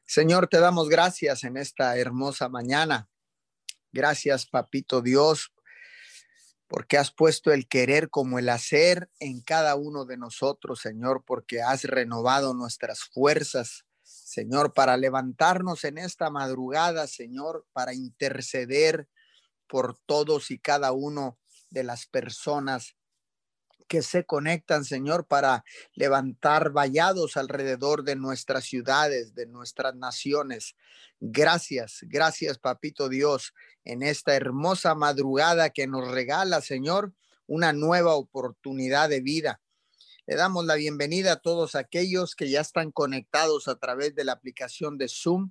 Señor, te damos gracias en esta hermosa mañana. Gracias, Papito Dios, porque has puesto el querer como el hacer en cada uno de nosotros, Señor, porque has renovado nuestras fuerzas, Señor, para levantarnos en esta madrugada, Señor, para interceder por todos y cada uno de las personas que se conectan, Señor, para levantar vallados alrededor de nuestras ciudades, de nuestras naciones. Gracias, gracias, Papito Dios, en esta hermosa madrugada que nos regala, Señor, una nueva oportunidad de vida. Le damos la bienvenida a todos aquellos que ya están conectados a través de la aplicación de Zoom,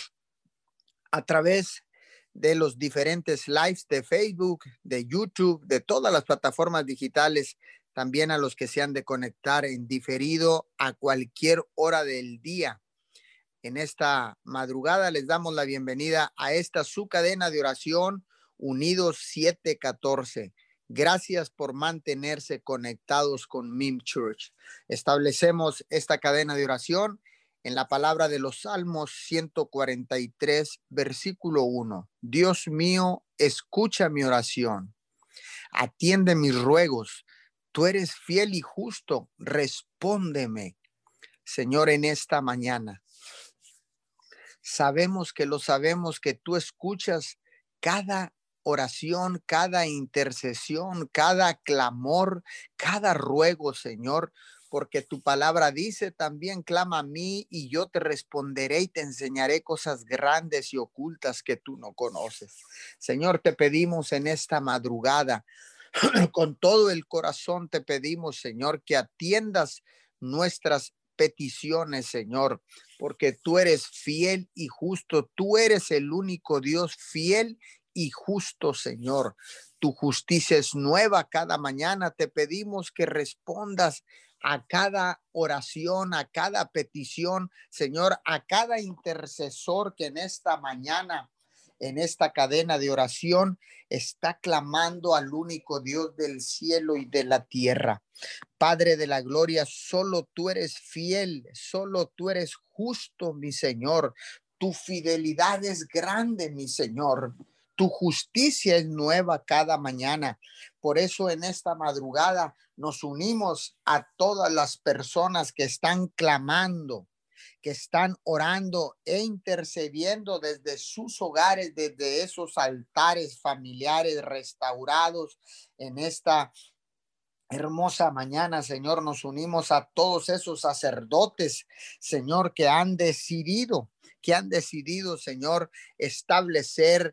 a través de los diferentes lives de Facebook, de YouTube, de todas las plataformas digitales, también a los que se han de conectar en diferido a cualquier hora del día. En esta madrugada les damos la bienvenida a esta su cadena de oración, Unidos 714. Gracias por mantenerse conectados con MIM Church. Establecemos esta cadena de oración en la palabra de los Salmos 143, versículo 1. Dios mío, escucha mi oración. Atiende mis ruegos. Tú eres fiel y justo. Respóndeme, Señor, en esta mañana. Sabemos que tú escuchas cada oración, cada intercesión, cada clamor, cada ruego, Señor, porque tu palabra dice también, clama a mí y yo te responderé y te enseñaré cosas grandes y ocultas que tú no conoces. Señor, te pedimos en esta madrugada, con todo el corazón te pedimos, Señor, que atiendas nuestras peticiones, Señor, porque tú eres fiel y justo. Tú eres el único Dios fiel y justo, Señor. Tu justicia es nueva cada mañana. Te pedimos que respondas a cada oración, a cada petición, Señor, a cada intercesor que en esta mañana, en esta cadena de oración, está clamando al único Dios del cielo y de la tierra. Padre de la gloria, solo tú eres fiel, solo tú eres justo, mi Señor. Tu fidelidad es grande, mi Señor. Tu justicia es nueva cada mañana. Por eso en esta madrugada nos unimos a todas las personas que están clamando, que están orando e intercediendo desde sus hogares, desde esos altares familiares restaurados en esta hermosa mañana, Señor. Nos unimos a todos esos sacerdotes, Señor, que han decidido, Señor, establecer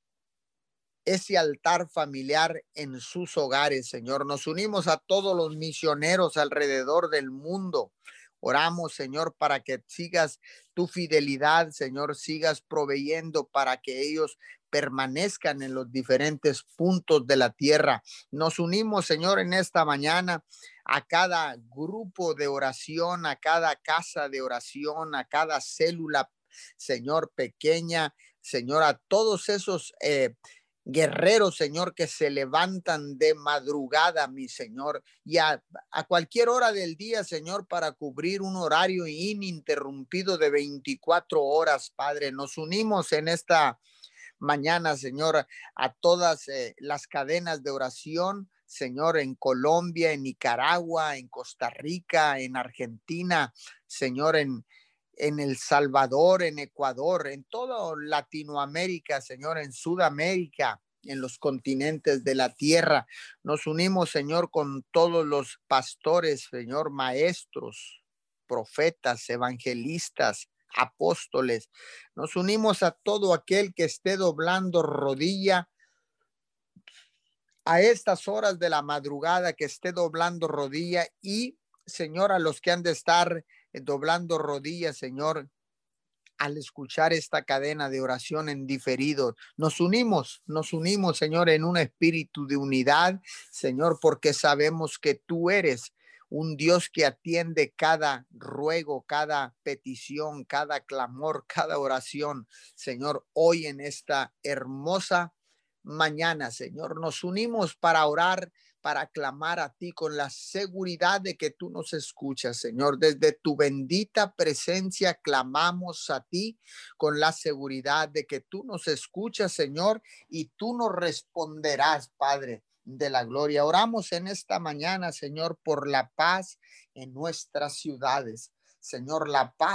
ese altar familiar en sus hogares, Señor. Nos unimos a todos los misioneros alrededor del mundo. Oramos, Señor, para que sigas tu fidelidad, Señor, sigas proveyendo para que ellos permanezcan en los diferentes puntos de la tierra. Nos unimos, Señor, en esta mañana a cada grupo de oración, a cada casa de oración, a cada célula, Señor, pequeña, Señor, a todos esos guerreros, Señor, que se levantan de madrugada, mi Señor, y a cualquier hora del día, Señor, para cubrir un horario ininterrumpido de 24 horas, Padre. Nos unimos en esta mañana, Señor, a todas las cadenas de oración, Señor, en Colombia, en Nicaragua, en Costa Rica, en Argentina, Señor, en El Salvador, en Ecuador, en toda Latinoamérica, Señor, en Sudamérica, en los continentes de la tierra. Nos unimos, Señor, con todos los pastores, Señor, maestros, profetas, evangelistas, apóstoles. Nos unimos a todo aquel que esté doblando rodilla a estas horas de la madrugada, que esté doblando rodilla, y, Señor, a los que han de estar doblando rodillas, Señor, al escuchar esta cadena de oración en diferido. Nos unimos, Señor, en un espíritu de unidad, Señor, porque sabemos que tú eres un Dios que atiende cada ruego, cada petición, cada clamor, cada oración. Señor, hoy en esta hermosa mañana, Señor, nos unimos para orar para clamar a ti con la seguridad de que tú nos escuchas, Señor. Desde tu bendita presencia clamamos a ti con la seguridad de que tú nos escuchas, Señor, y tú nos responderás, Padre de la gloria. Oramos en esta mañana, Señor, por la paz en nuestras ciudades. Señor,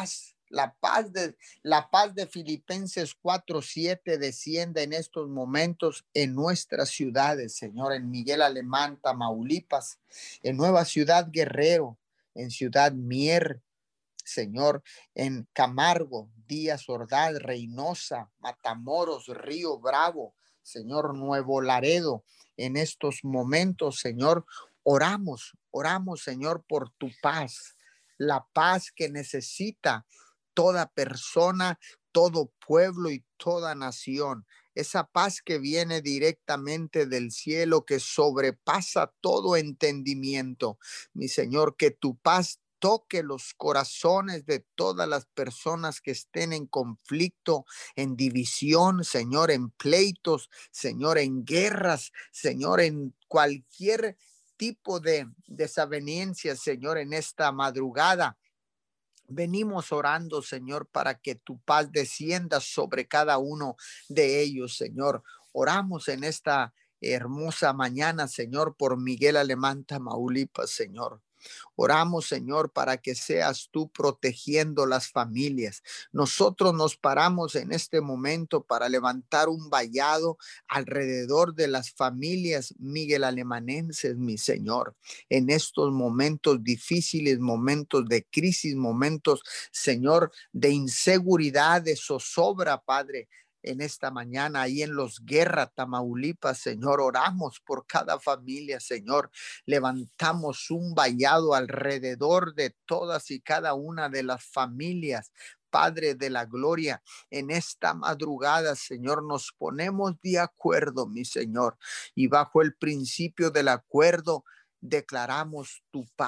la paz de Filipenses 4:7 descienda en estos momentos en nuestras ciudades, Señor, en Miguel Alemán, Tamaulipas, en Nueva Ciudad Guerrero, en Ciudad Mier, Señor, en Camargo, Díaz Ordaz, Reynosa, Matamoros, Río Bravo, Señor, Nuevo Laredo, en estos momentos, Señor, oramos, Señor, por tu paz, la paz que necesita toda persona, todo pueblo y toda nación. Esa paz que viene directamente del cielo, que sobrepasa todo entendimiento. Mi Señor, que tu paz toque los corazones de todas las personas que estén en conflicto, en división, Señor, en pleitos, Señor, en guerras, Señor, en cualquier tipo de desavenencia, Señor, en esta madrugada. Venimos orando, Señor, para que tu paz descienda sobre cada uno de ellos, Señor. Oramos en esta hermosa mañana, Señor, por Miguel Alemán, Tamaulipas, Señor. Oramos, Señor, para que seas tú protegiendo las familias. Nosotros nos paramos en este momento para levantar un vallado alrededor de las familias Miguel Alemanenses, mi Señor. En estos momentos difíciles, momentos de crisis, momentos, Señor, de inseguridad, de zozobra, Padre, en esta mañana, ahí en Los Guerra, Tamaulipas, Señor, oramos por cada familia, Señor. Levantamos un vallado alrededor de todas y cada una de las familias. Padre de la gloria, en esta madrugada, Señor, nos ponemos de acuerdo, mi Señor, y bajo el principio del acuerdo declaramos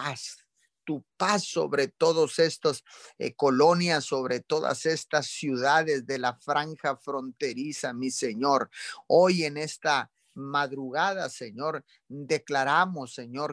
tu paz sobre todas estas colonias, sobre todas estas ciudades de la franja fronteriza, mi Señor. Hoy en esta madrugada, Señor, declaramos, Señor,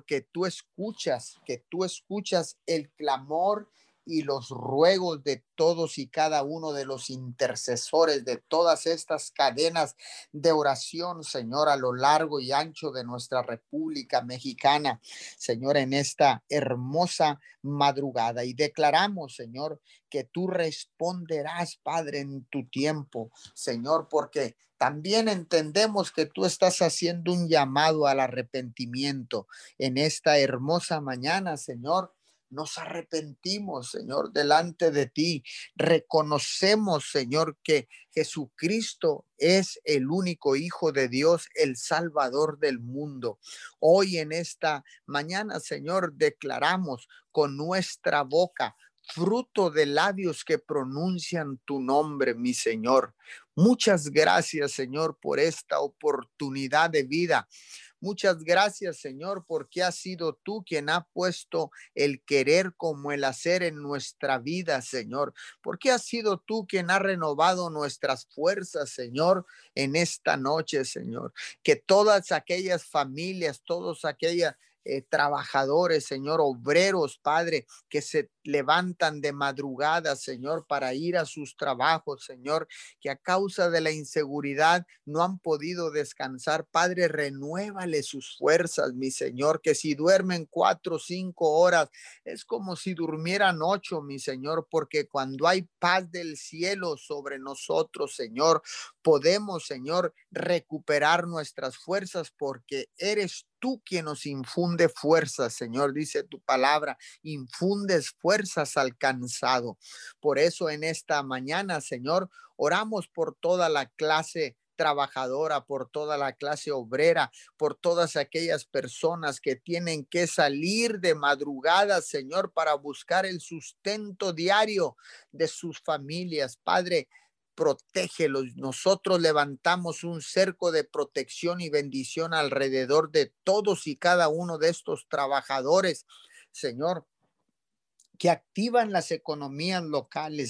que tú escuchas el clamor y los ruegos de todos y cada uno de los intercesores de todas estas cadenas de oración, Señor, a lo largo y ancho de nuestra República Mexicana, Señor, en esta hermosa madrugada. Y declaramos, Señor, que tú responderás, Padre, en tu tiempo, Señor, porque también entendemos que tú estás haciendo un llamado al arrepentimiento en esta hermosa mañana, Señor. Nos arrepentimos, Señor, delante de ti. Reconocemos, Señor, que Jesucristo es el único Hijo de Dios, el Salvador del mundo. Hoy en esta mañana, Señor, declaramos con nuestra boca fruto de labios que pronuncian tu nombre, mi Señor. Muchas gracias, Señor, por esta oportunidad de vida. Muchas gracias, Señor, porque has sido tú quien ha puesto el querer como el hacer en nuestra vida, Señor. Porque has sido tú quien ha renovado nuestras fuerzas, Señor, en esta noche, Señor. Que todas aquellas familias, todos aquellas trabajadores, Señor, obreros, Padre, que se levantan de madrugada, Señor, para ir a sus trabajos, Señor, que a causa de la inseguridad no han podido descansar. Padre, renuévale sus fuerzas, mi Señor, que si duermen 4 o 5 horas, es como si durmieran 8, mi Señor, porque cuando hay paz del cielo sobre nosotros, Señor, podemos, Señor, recuperar nuestras fuerzas porque eres tú quien nos infunde fuerzas, Señor, dice tu palabra, infundes fuerzas al cansado. Por eso en esta mañana, Señor, oramos por toda la clase trabajadora, por toda la clase obrera, por todas aquellas personas que tienen que salir de madrugada, Señor, para buscar el sustento diario de sus familias. Padre, protégelos. Nosotros levantamos un cerco de protección y bendición alrededor de todos y cada uno de estos trabajadores, Señor, que activan las economías locales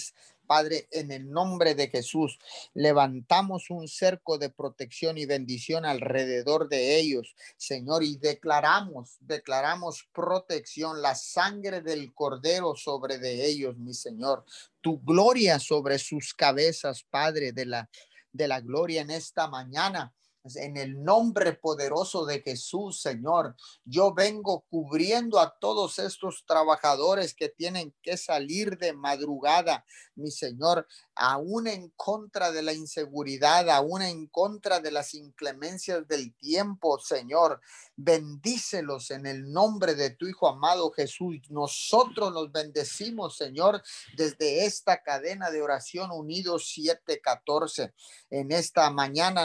Padre, en el nombre de Jesús, levantamos un cerco de protección y bendición alrededor de ellos, Señor, y declaramos protección, la sangre del Cordero sobre de ellos, mi Señor, tu gloria sobre sus cabezas, Padre de la gloria en esta mañana. En el nombre poderoso de Jesús, Señor, yo vengo cubriendo a todos estos trabajadores que tienen que salir de madrugada, mi Señor, aún en contra de la inseguridad, aún en contra de las inclemencias del tiempo, Señor. Bendícelos en el nombre de tu Hijo amado Jesús. Nosotros los bendecimos, Señor, desde esta cadena de oración unidos 714. En esta mañana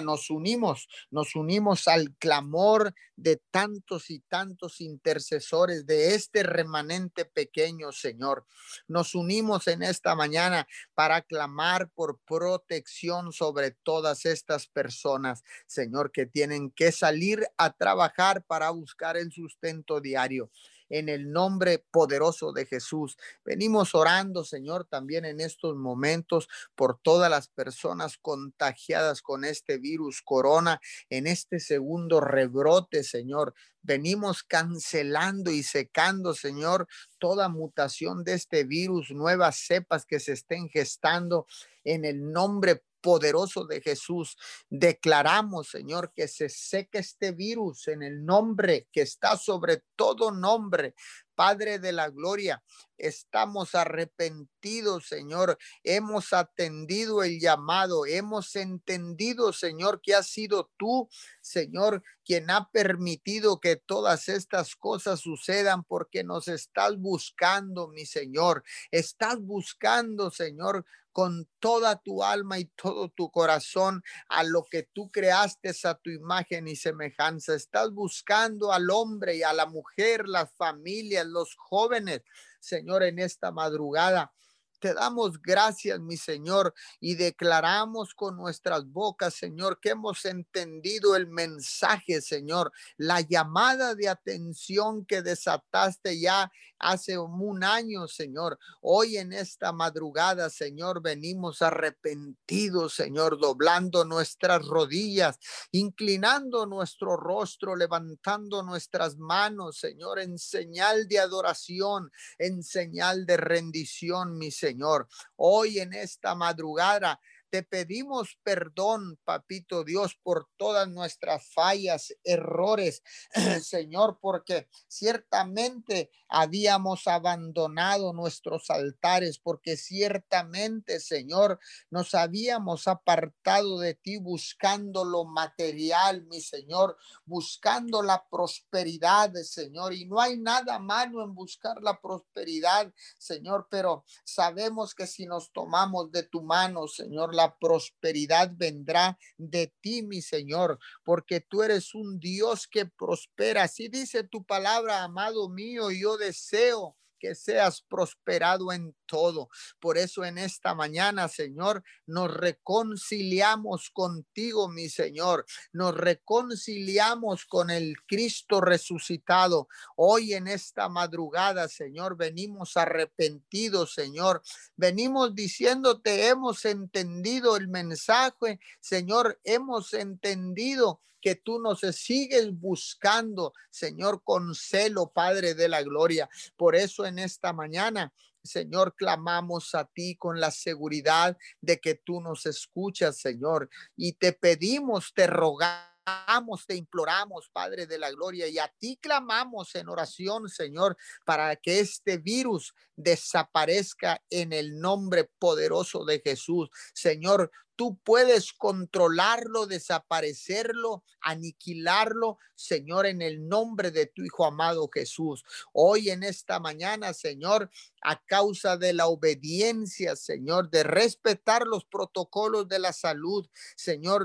nos unimos al clamor de tantos y tantos intercesores de este remanente pequeño, Señor. Nos unimos en esta mañana para clamar por protección sobre todas estas personas, Señor, que tienen que salir a trabajar para buscar el sustento diario. En el nombre poderoso de Jesús, venimos orando, Señor, también en estos momentos por todas las personas contagiadas con este virus corona en este segundo rebrote, Señor. Venimos cancelando y secando, Señor, toda mutación de este virus, nuevas cepas que se estén gestando en el nombre poderoso de Jesús. Declaramos, Señor, que se seque este virus en el nombre que está sobre todo nombre. Padre de la gloria, estamos arrepentidos, Señor. Hemos atendido el llamado, hemos entendido, Señor, que has sido tú, Señor, quien ha permitido que todas estas cosas sucedan porque nos estás buscando, mi Señor. Estás buscando, Señor, con toda tu alma y todo tu corazón a lo que tú creaste a tu imagen y semejanza. Estás buscando al hombre y a la mujer, las familias, los jóvenes, Señor, en esta madrugada. Te damos gracias, mi Señor, y declaramos con nuestras bocas, Señor, que hemos entendido el mensaje, Señor, la llamada de atención que desataste ya hace un año, Señor. Hoy en esta madrugada, Señor, venimos arrepentidos, Señor, doblando nuestras rodillas, inclinando nuestro rostro, levantando nuestras manos, Señor, en señal de adoración, en señal de rendición, mi Señor. Hoy en esta madrugada te pedimos perdón, papito Dios, por todas nuestras fallas, errores, Señor, porque ciertamente habíamos abandonado nuestros altares, porque ciertamente, Señor, nos habíamos apartado de ti buscando lo material, mi Señor, buscando la prosperidad, Señor, y no hay nada malo en buscar la prosperidad, Señor, pero sabemos que si nos tomamos de tu mano, Señor, la prosperidad vendrá de ti, mi Señor, porque tú eres un Dios que prospera. Así dice tu palabra, amado mío, yo deseo que seas prosperado en todo. Por eso en esta mañana, Señor, nos reconciliamos contigo, mi Señor. Nos reconciliamos con el Cristo resucitado. Hoy en esta madrugada, Señor, venimos arrepentidos, Señor. Venimos diciéndote, hemos entendido el mensaje, Señor, hemos entendido que tú nos sigues buscando, Señor, con celo, Padre de la gloria. Por eso en esta mañana, Señor, clamamos a ti con la seguridad de que tú nos escuchas, Señor, y te pedimos, te rogamos, te imploramos, Padre de la gloria, y a ti clamamos en oración, Señor, para que este virus desaparezca en el nombre poderoso de Jesús. Señor, tú puedes controlarlo, desaparecerlo, aniquilarlo, Señor, en el nombre de tu Hijo amado Jesús. Hoy en esta mañana, Señor, a causa de la obediencia, Señor, de respetar los protocolos de la salud, Señor,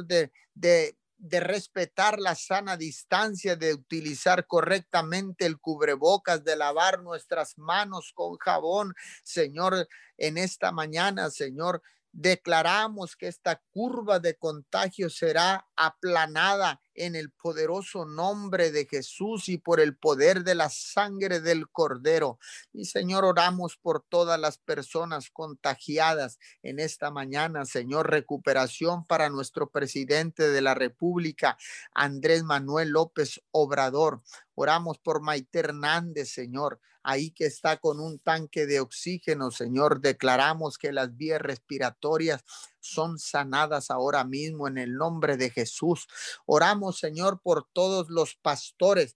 de respetar la sana distancia, de utilizar correctamente el cubrebocas, de lavar nuestras manos con jabón, Señor, en esta mañana, Señor, declaramos que esta curva de contagio será aplanada en el poderoso nombre de Jesús y por el poder de la sangre del Cordero. Y Señor, oramos por todas las personas contagiadas en esta mañana. Señor, recuperación para nuestro presidente de la República, Andrés Manuel López Obrador. Oramos por Maite Hernández, Señor, ahí que está con un tanque de oxígeno, Señor. Declaramos que las vías respiratorias son sanadas ahora mismo en el nombre de Jesús. Oramos, Señor, por todos los pastores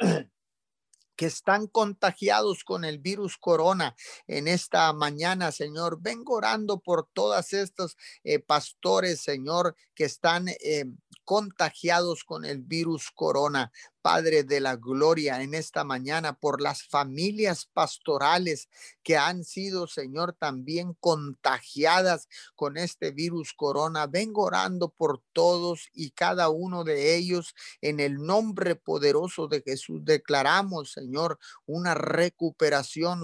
que están contagiados con el virus corona en esta mañana, Señor. Vengo orando por todas estos pastores, Señor, que están contagiados con el virus corona. Padre de la gloria, en esta mañana, por las familias pastorales que han sido, Señor, también contagiadas con este virus corona. Vengo orando por todos y cada uno de ellos en el nombre poderoso de Jesús. Declaramos, Señor, una recuperación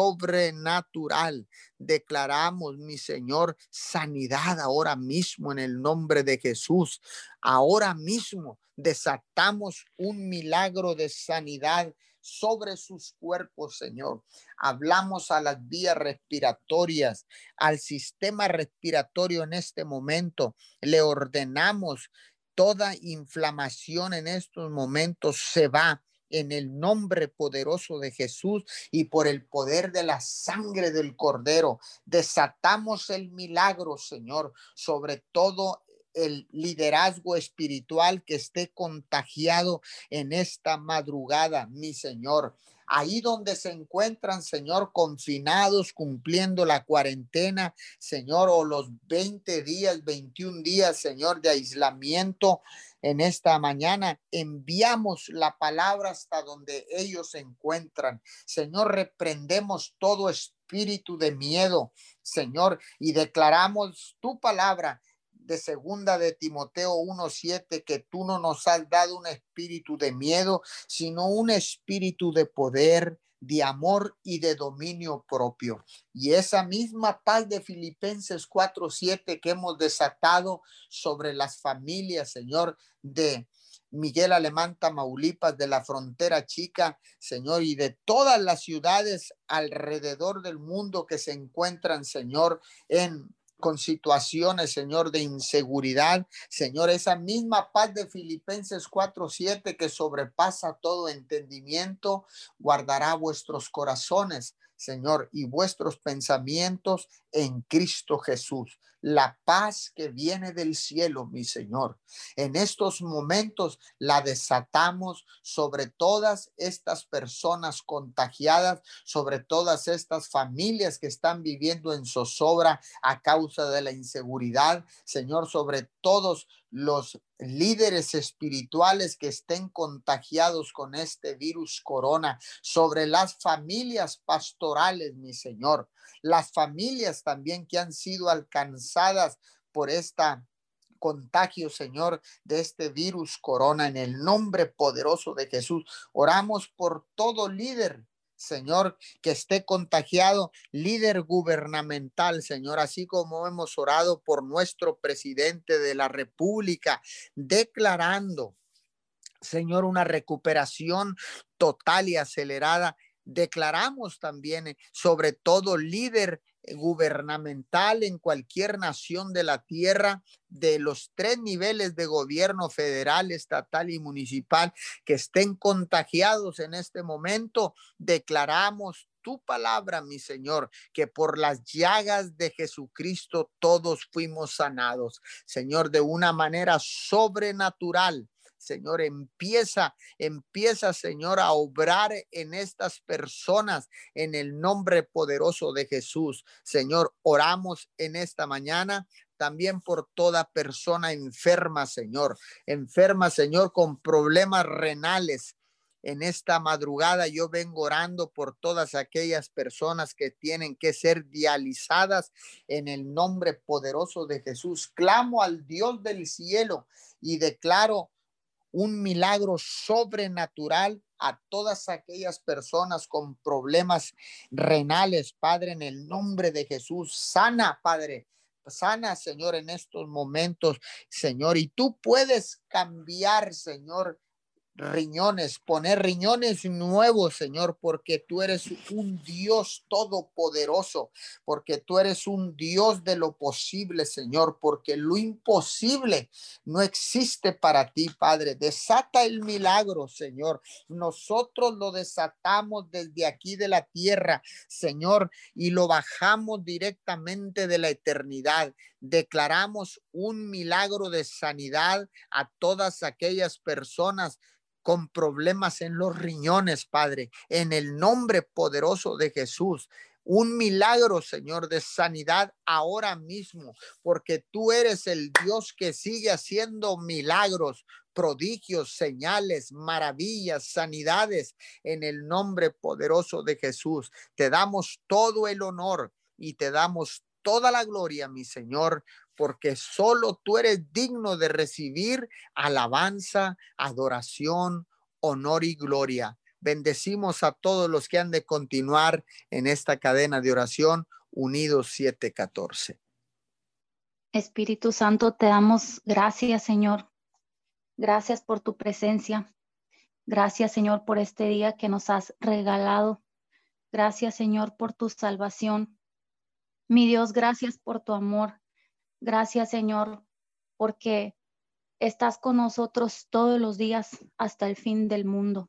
sobrenatural. Declaramos, mi Señor, sanidad ahora mismo en el nombre de Jesús. Ahora mismo desatamos un milagro de sanidad sobre sus cuerpos, Señor. Hablamos a las vías respiratorias, al sistema respiratorio en este momento. Le ordenamos toda inflamación en estos momentos se va en el nombre poderoso de Jesús y por el poder de la sangre del Cordero. Desatamos el milagro, Señor, sobre todo el liderazgo espiritual que esté contagiado en esta madrugada, mi Señor. Ahí donde se encuentran, Señor, confinados, cumpliendo la cuarentena, Señor, o los 20 días, 21 días, Señor, de aislamiento en esta mañana, enviamos la palabra hasta donde ellos se encuentran. Señor, reprendemos todo espíritu de miedo, Señor, y declaramos tu palabra de segunda de Timoteo 1:7, que tú no nos has dado un espíritu de miedo, sino un espíritu de poder, de amor y de dominio propio. Y esa misma paz de Filipenses 4:7 que hemos desatado sobre las familias, Señor, de Miguel Alemán, Tamaulipas, de la frontera chica, Señor, y de todas las ciudades alrededor del mundo que se encuentran, Señor, con situaciones, Señor, de inseguridad. Señor, esa misma paz de Filipenses 4:7 que sobrepasa todo entendimiento, guardará vuestros corazones, Señor, y vuestros pensamientos en Cristo Jesús. La paz que viene del cielo, mi Señor. En estos momentos la desatamos sobre todas estas personas contagiadas, sobre todas estas familias que están viviendo en zozobra a causa de la inseguridad, Señor, sobre todos los líderes espirituales que estén contagiados con este virus corona, sobre las familias pastorales, mi Señor, las familias también que han sido alcanzadas por esta contagio, Señor, de este virus corona, en el nombre poderoso de Jesús. Oramos por todo líder, Señor, que esté contagiado, líder gubernamental, Señor, así como hemos orado por nuestro presidente de la República, declarando, Señor, una recuperación total y acelerada. Declaramos también sobre todo líder gubernamental en cualquier nación de la tierra, de los 3 niveles de gobierno: federal, estatal y municipal, que estén contagiados en este momento. Declaramos tu palabra, mi Señor, que por las llagas de Jesucristo todos fuimos sanados, Señor, de una manera sobrenatural. Señor, empieza, Señor, a obrar en estas personas en el nombre poderoso de Jesús. Señor, oramos en esta mañana también por toda persona enferma, Señor, con problemas renales. En esta madrugada yo vengo orando por todas aquellas personas que tienen que ser dializadas en el nombre poderoso de Jesús. Clamo al Dios del cielo y declaro un milagro sobrenatural a todas aquellas personas con problemas renales, Padre, en el nombre de Jesús. Sana, Padre, sana, Señor, en estos momentos, Señor. Y tú puedes cambiar, Señor, riñones, poner riñones nuevos, Señor, porque tú eres un Dios todopoderoso, porque tú eres un Dios de lo posible, Señor, porque lo imposible no existe para ti, Padre. Desata el milagro, Señor. Nosotros lo desatamos desde aquí de la tierra, Señor, y lo bajamos directamente de la eternidad. Declaramos un milagro de sanidad a todas aquellas personas con problemas en los riñones, Padre, en el nombre poderoso de Jesús. Un milagro, Señor, de sanidad ahora mismo, porque tú eres el Dios que sigue haciendo milagros, prodigios, señales, maravillas, sanidades en el nombre poderoso de Jesús. Te damos todo el honor y te damos toda la gloria, mi Señor, porque solo tú eres digno de recibir alabanza, adoración, honor y gloria. Bendecimos a todos los que han de continuar en esta cadena de oración, Unidos 714. Espíritu Santo, te damos gracias, Señor. Gracias por tu presencia. Gracias, Señor, por este día que nos has regalado. Gracias, Señor, por tu salvación. Mi Dios, gracias por tu amor. Gracias, Señor, porque estás con nosotros todos los días hasta el fin del mundo.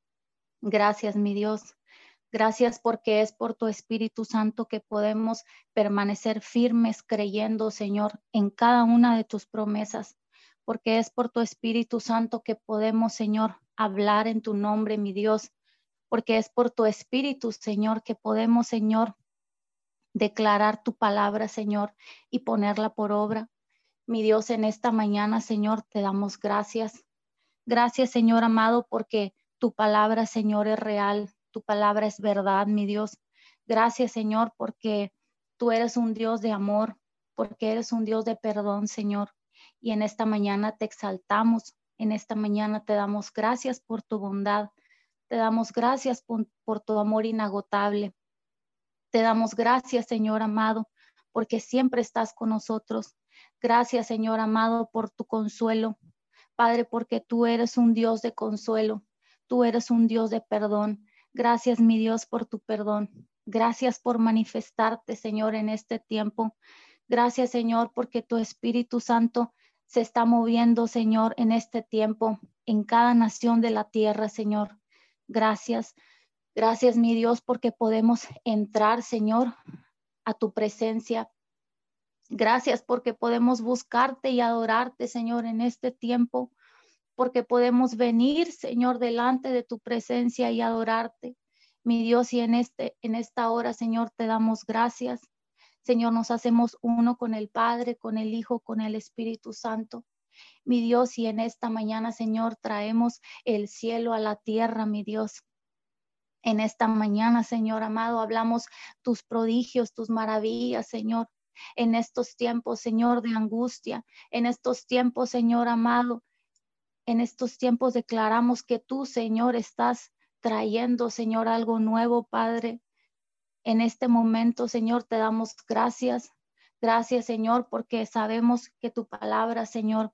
Gracias, mi Dios. Gracias porque es por tu Espíritu Santo que podemos permanecer firmes creyendo, Señor, en cada una de tus promesas. Porque es por tu Espíritu Santo que podemos, Señor, hablar en tu nombre, mi Dios. Porque es por tu Espíritu, Señor, que podemos, Señor, declarar tu palabra, Señor, y ponerla por obra. Mi Dios, en esta mañana, Señor, te damos gracias. Gracias, Señor amado, porque tu palabra, Señor, es real. Tu palabra es verdad, mi Dios. Gracias, Señor, porque tú eres un Dios de amor, porque eres un Dios de perdón, Señor. Y en esta mañana te exaltamos. En esta mañana te damos gracias por tu bondad. Te damos gracias por tu amor inagotable. Te damos gracias, Señor amado, porque siempre estás con nosotros. Gracias, Señor amado, por tu consuelo. Padre, porque tú eres un Dios de consuelo. Tú eres un Dios de perdón. Gracias, mi Dios, por tu perdón. Gracias por manifestarte, Señor, en este tiempo. Gracias, Señor, porque tu Espíritu Santo se está moviendo, Señor, en este tiempo, en cada nación de la tierra, Señor. Gracias. Gracias, mi Dios, porque podemos entrar, Señor, a tu presencia. Gracias porque podemos buscarte y adorarte, Señor, en este tiempo, porque podemos venir, Señor, delante de tu presencia y adorarte. Mi Dios, y en esta hora, Señor, te damos gracias. Señor, nos hacemos uno con el Padre, con el Hijo, con el Espíritu Santo. Mi Dios, y en esta mañana, Señor, traemos el cielo a la tierra, mi Dios. En esta mañana, Señor amado, hablamos tus prodigios, tus maravillas, Señor. En estos tiempos, Señor, de angustia, en estos tiempos, Señor amado, en estos tiempos declaramos que tú, Señor, estás trayendo, Señor, algo nuevo, Padre. En este momento, Señor, te damos gracias. Gracias, Señor, porque sabemos que tu palabra, Señor,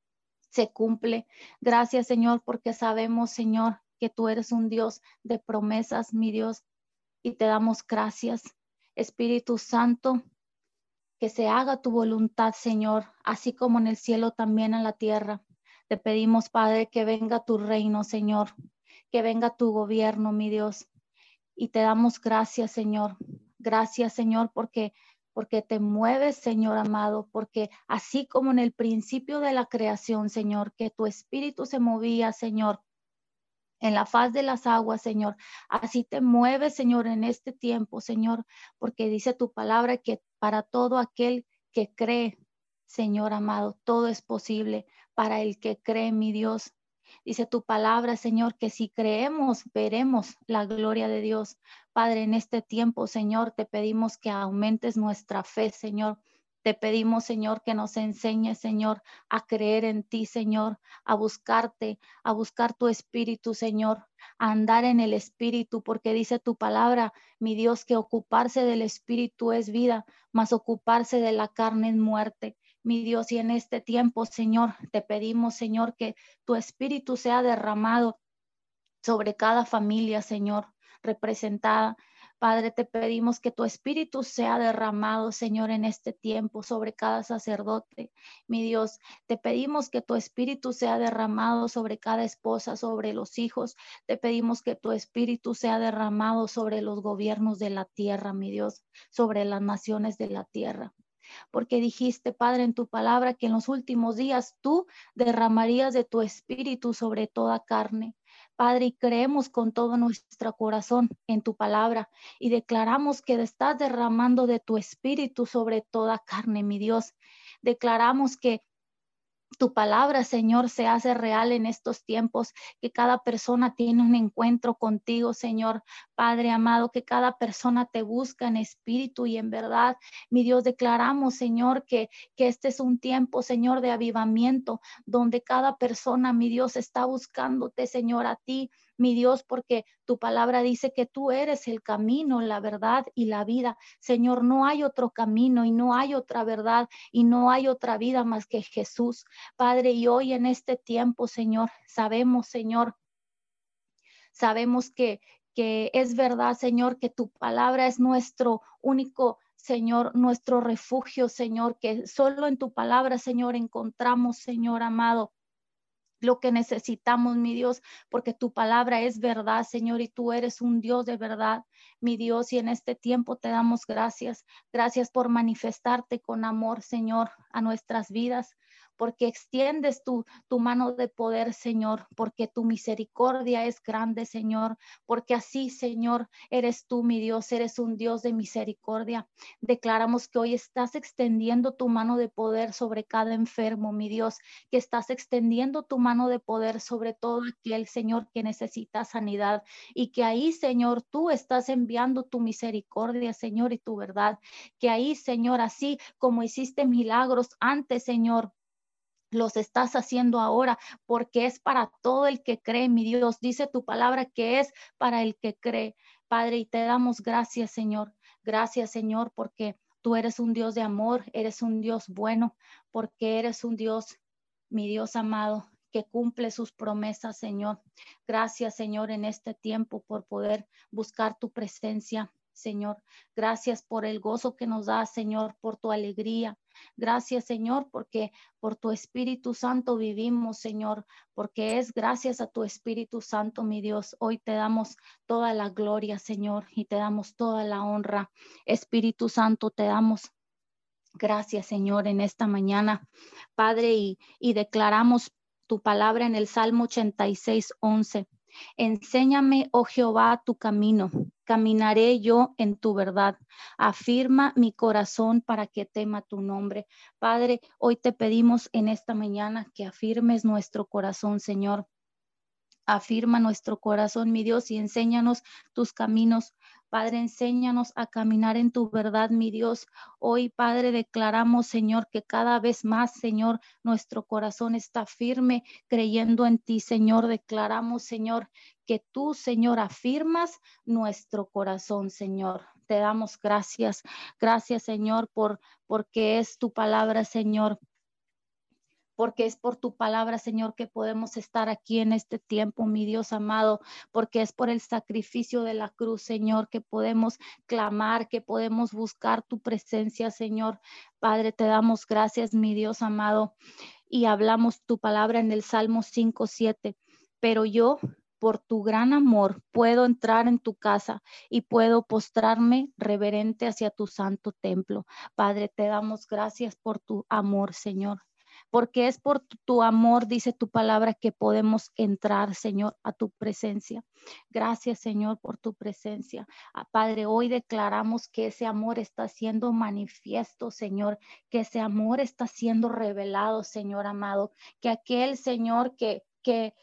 se cumple. Gracias, Señor, porque sabemos, Señor, que tú eres un Dios de promesas, mi Dios, y te damos gracias. Espíritu Santo, que se haga tu voluntad, Señor, así como en el cielo, también en la tierra. Te pedimos, Padre, que venga tu reino, Señor, que venga tu gobierno, mi Dios, y te damos gracias, Señor. Gracias, Señor, porque te mueves, Señor amado, porque así como en el principio de la creación, Señor, que tu espíritu se movía, Señor, en la faz de las aguas, Señor. Así te mueves, Señor, en este tiempo, Señor, porque dice tu palabra que para todo aquel que cree, Señor amado, todo es posible para el que cree, mi Dios. Dice tu palabra, Señor, que si creemos, veremos la gloria de Dios. Padre, en este tiempo, Señor, te pedimos que aumentes nuestra fe, Señor. Te pedimos, Señor, que nos enseñes, Señor, a creer en ti, Señor, a buscarte, a buscar tu espíritu, Señor, a andar en el espíritu, porque dice tu palabra, mi Dios, que ocuparse del espíritu es vida, mas ocuparse de la carne es muerte. Mi Dios, y en este tiempo, Señor, te pedimos, Señor, que tu espíritu sea derramado sobre cada familia, Señor, representada. Padre, te pedimos que tu espíritu sea derramado, Señor, en este tiempo sobre cada sacerdote. Mi Dios, te pedimos que tu espíritu sea derramado sobre cada esposa, sobre los hijos. Te pedimos que tu espíritu sea derramado sobre los gobiernos de la tierra, mi Dios, sobre las naciones de la tierra. Porque dijiste, Padre, en tu palabra que en los últimos días tú derramarías de tu espíritu sobre toda carne. Padre, y creemos con todo nuestro corazón en tu palabra y declaramos que estás derramando de tu espíritu sobre toda carne, mi Dios. Declaramos que tu palabra, Señor, se hace real en estos tiempos, que cada persona tiene un encuentro contigo, Señor. Padre amado, que cada persona te busca en espíritu y en verdad. Mi Dios, declaramos, Señor, que este es un tiempo, Señor, de avivamiento, donde cada persona, mi Dios, está buscándote, Señor, a ti, mi Dios, porque tu palabra dice que tú eres el camino, la verdad y la vida. Señor, no hay otro camino y no hay otra verdad y no hay otra vida más que Jesús. Padre, y hoy en este tiempo, Señor, sabemos que es verdad, Señor, que tu palabra es nuestro único, Señor, nuestro refugio, Señor, que solo en tu palabra, Señor, encontramos, Señor amado, lo que necesitamos, mi Dios, porque tu palabra es verdad, Señor, y tú eres un Dios de verdad, mi Dios, y en este tiempo te damos gracias. Gracias por manifestarte con amor, Señor, a nuestras vidas, porque extiendes tu mano de poder, Señor, porque tu misericordia es grande, Señor, porque así, Señor, eres tú, mi Dios, eres un Dios de misericordia. Declaramos que hoy estás extendiendo tu mano de poder sobre cada enfermo, mi Dios, que estás extendiendo tu mano de poder sobre todo aquel, Señor, que necesita sanidad y que ahí, Señor, tú estás enviando tu misericordia, Señor, y tu verdad, que ahí, Señor, así como hiciste milagros antes, Señor, los estás haciendo ahora, porque es para todo el que cree, mi Dios. Dice tu palabra que es para el que cree, Padre, y te damos gracias, Señor. Gracias, Señor, porque tú eres un Dios de amor, eres un Dios bueno, porque eres un Dios, mi Dios amado, que cumple sus promesas, Señor. Gracias, Señor, en este tiempo por poder buscar tu presencia, Señor. Gracias por el gozo que nos da, Señor, por tu alegría. Gracias, Señor, porque por tu Espíritu Santo vivimos, Señor, porque es gracias a tu Espíritu Santo, mi Dios. Hoy te damos toda la gloria, Señor, y te damos toda la honra. Espíritu Santo, te damos gracias, Señor, en esta mañana, Padre, y declaramos tu palabra en el Salmo 86:11. Enséñame, oh Jehová, tu camino, caminaré yo en tu verdad. Afirma mi corazón para que tema tu nombre. Padre, hoy te pedimos en esta mañana que afirmes nuestro corazón, Señor. Afirma nuestro corazón, mi Dios, y enséñanos tus caminos. Padre, enséñanos a caminar en tu verdad, mi Dios. Hoy, Padre, declaramos, Señor, que cada vez más, Señor, nuestro corazón está firme creyendo en ti, Señor. Declaramos, Señor, que tú, Señor, afirmas nuestro corazón, Señor. Te damos gracias. Gracias, Señor, porque es tu palabra, Señor, porque es por tu palabra, Señor, que podemos estar aquí en este tiempo, mi Dios amado, porque es por el sacrificio de la cruz, Señor, que podemos clamar, que podemos buscar tu presencia, Señor. Padre, te damos gracias, mi Dios amado, y hablamos tu palabra en el Salmo 5:7. Pero yo, por tu gran amor, puedo entrar en tu casa y puedo postrarme reverente hacia tu santo templo. Padre, te damos gracias por tu amor, Señor, porque es por tu amor, dice tu palabra, que podemos entrar, Señor, a tu presencia. Gracias, Señor, por tu presencia. Padre, hoy declaramos que ese amor está siendo manifiesto, Señor, que ese amor está siendo revelado, Señor amado, que aquel Señor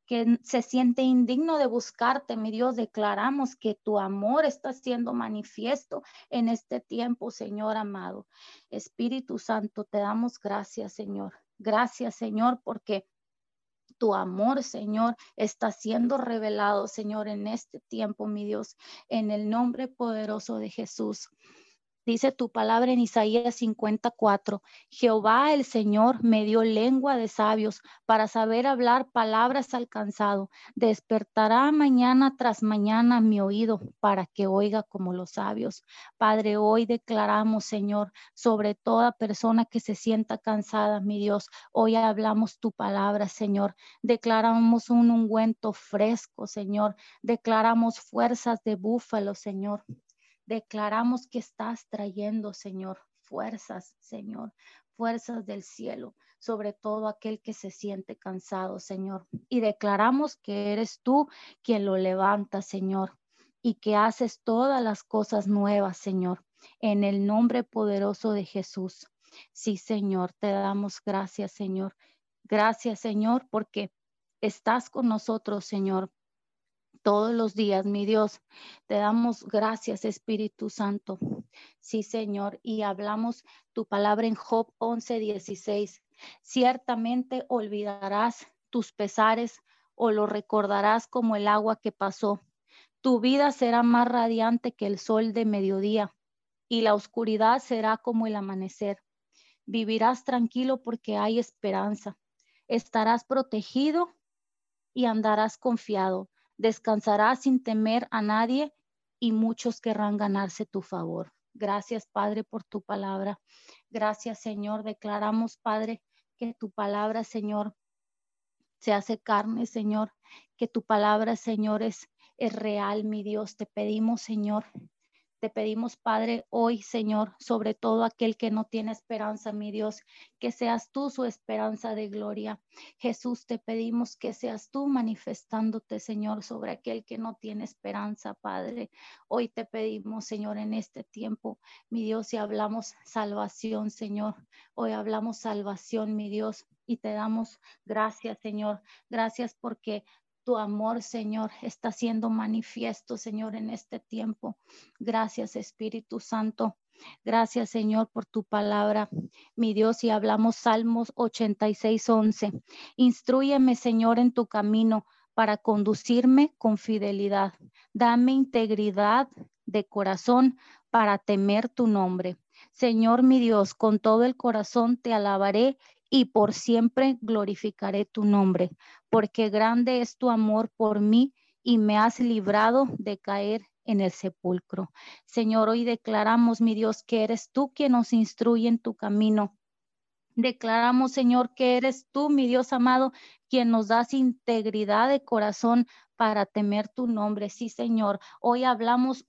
que se siente indigno de buscarte, mi Dios, declaramos que tu amor está siendo manifiesto en este tiempo, Señor amado. Espíritu Santo, te damos gracias, Señor. Gracias, Señor, porque tu amor, Señor, está siendo revelado, Señor, en este tiempo, mi Dios, en el nombre poderoso de Jesús. Dice tu palabra en Isaías 54, Jehová el Señor me dio lengua de sabios para saber hablar palabras al cansado. Despertará mañana tras mañana mi oído para que oiga como los sabios. Padre, hoy declaramos, Señor, sobre toda persona que se sienta cansada, mi Dios, hoy hablamos tu palabra, Señor. Declaramos un ungüento fresco, Señor. Declaramos fuerzas de búfalo, Señor. Declaramos que estás trayendo, Señor, fuerzas, Señor, fuerzas del cielo, sobre todo aquel que se siente cansado, Señor. Y declaramos que eres tú quien lo levanta, Señor, y que haces todas las cosas nuevas, Señor, en el nombre poderoso de Jesús. Sí, Señor, te damos gracias, Señor. Gracias, Señor, porque estás con nosotros, Señor, todos los días, mi Dios. Te damos gracias, Espíritu Santo. Sí, Señor, y hablamos tu palabra en Job 11:16. Ciertamente olvidarás tus pesares o lo recordarás como el agua que pasó. Tu vida será más radiante que el sol de mediodía y la oscuridad será como el amanecer. Vivirás tranquilo porque hay esperanza. Estarás protegido y andarás confiado. Descansarás sin temer a nadie y muchos querrán ganarse tu favor. Gracias, Padre, por tu palabra. Gracias, Señor. Declaramos, Padre, que tu palabra, Señor, se hace carne, Señor, que tu palabra, Señor, es real, mi Dios. Te pedimos, Señor. Te pedimos, Padre, hoy, Señor, sobre todo aquel que no tiene esperanza, mi Dios, que seas tú su esperanza de gloria. Jesús, te pedimos que seas tú manifestándote, Señor, sobre aquel que no tiene esperanza, Padre. Hoy te pedimos, Señor, en este tiempo, mi Dios, y hablamos salvación, Señor. Hoy hablamos salvación, mi Dios, y te damos gracias, Señor. Gracias porque tu amor, Señor, está siendo manifiesto, Señor, en este tiempo. Gracias, Espíritu Santo. Gracias, Señor, por tu palabra, mi Dios, y hablamos Salmos 86:11. Instrúyeme, Señor, en tu camino para conducirme con fidelidad. Dame integridad de corazón para temer tu nombre. Señor, mi Dios, con todo el corazón te alabaré y por siempre glorificaré tu nombre, porque grande es tu amor por mí y me has librado de caer en el sepulcro. Señor, hoy declaramos, mi Dios, que eres tú quien nos instruye en tu camino. Declaramos, Señor, que eres tú, mi Dios amado, quien nos das integridad de corazón para temer tu nombre. Sí, Señor. Hoy hablamos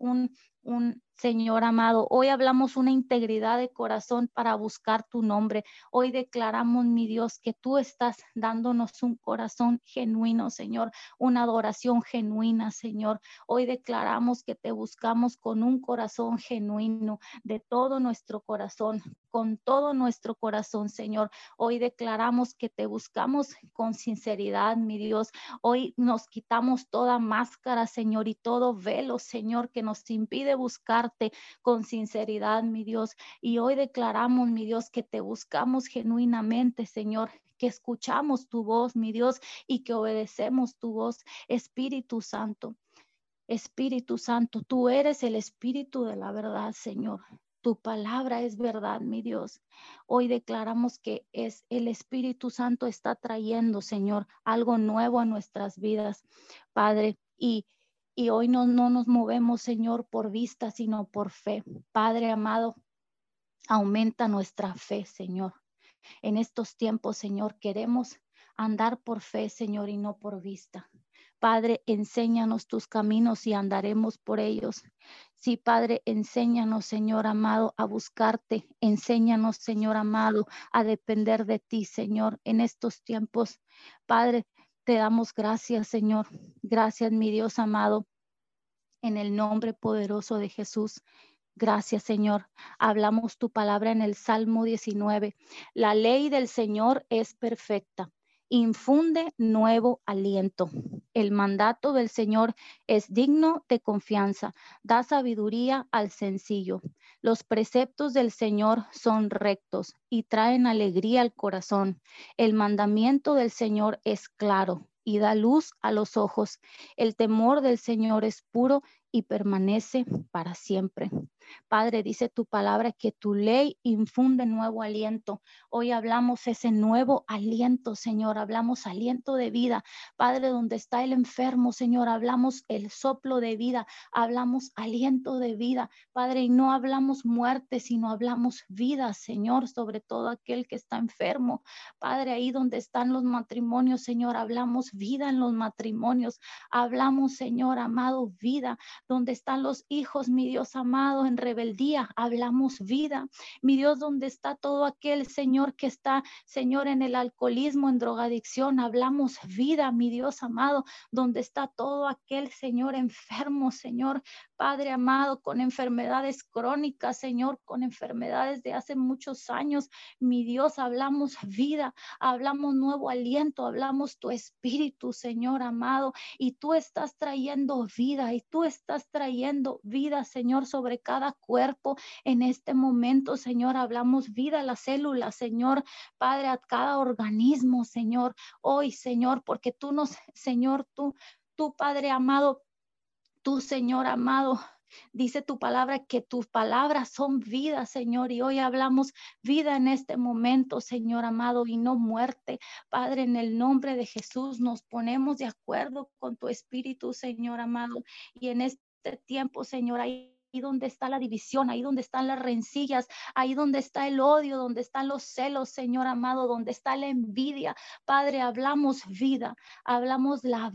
un Señor amado, hoy hablamos una integridad de corazón para buscar tu nombre. Hoy declaramos, mi Dios, que tú estás dándonos un corazón genuino, Señor, una adoración genuina, Señor. Hoy declaramos que te buscamos con un corazón genuino, de todo nuestro corazón, con todo nuestro corazón, Señor. Hoy declaramos que te buscamos con sinceridad, mi Dios. Hoy nos quitamos toda máscara, Señor, y todo velo, Señor, que nos impide buscarte con sinceridad, mi Dios. Y hoy declaramos, mi Dios, que te buscamos genuinamente, Señor, que escuchamos tu voz, mi Dios, y que obedecemos tu voz, Espíritu Santo. Espíritu Santo, tú eres el Espíritu de la verdad, Señor. Tu palabra es verdad, mi Dios. Hoy declaramos que es el Espíritu Santo está trayendo, Señor, algo nuevo a nuestras vidas, Padre. Y hoy no nos movemos, Señor, por vista, sino por fe. Padre amado, aumenta nuestra fe, Señor. En estos tiempos, Señor, queremos andar por fe, Señor, y no por vista. Padre, enséñanos tus caminos y andaremos por ellos. Sí, Padre, enséñanos, Señor amado, a buscarte. Enséñanos, Señor amado, a depender de ti, Señor, en estos tiempos. Padre, te damos gracias, Señor. Gracias, mi Dios amado, en el nombre poderoso de Jesús. Gracias, Señor. Hablamos tu palabra en el Salmo 19. La ley del Señor es perfecta infunde nuevo aliento. El mandato del Señor es digno de confianza, da sabiduría al sencillo. Los preceptos del Señor son rectos y traen alegría al corazón. El mandamiento del Señor es claro y da luz a los ojos. El temor del Señor es puro y permanece para siempre. Padre, dice tu palabra que tu ley infunde nuevo aliento. Hoy hablamos ese nuevo aliento, Señor. Hablamos aliento de vida. Padre, donde está el enfermo, Señor, hablamos el soplo de vida. Hablamos aliento de vida, Padre, y no hablamos muerte, sino hablamos vida, Señor, sobre todo aquel que está enfermo. Padre, ahí donde están los matrimonios, Señor, hablamos vida en los matrimonios. Hablamos, Señor amado, vida. Donde están los hijos, mi Dios amado, en rebeldía, hablamos vida. Mi Dios, donde está todo aquel, Señor, que está, Señor, en el alcoholismo, en drogadicción, hablamos vida, mi Dios amado. Donde está todo aquel, Señor, enfermo, Señor, Padre amado, con enfermedades crónicas, Señor, con enfermedades de hace muchos años, mi Dios, hablamos vida, hablamos nuevo aliento, hablamos tu espíritu, Señor amado, y tú estás trayendo vida, y tú estás trayendo vida, Señor, sobre cada cuerpo en este momento, Señor. Hablamos vida a las células, Señor, Padre, a cada organismo, Señor, hoy, Señor, porque tú nos, Señor, tú, Padre amado, tú, Señor amado, dice tu palabra que tus palabras son vida, Señor, y hoy hablamos vida en este momento, Señor amado, y no muerte. Padre, en el nombre de Jesús nos ponemos de acuerdo con tu espíritu, Señor amado, y en este tiempo, Señor, ahí donde está la división, ahí donde están las rencillas, ahí donde está el odio, donde están los celos, Señor amado, donde está la envidia, Padre, hablamos vida, hablamos la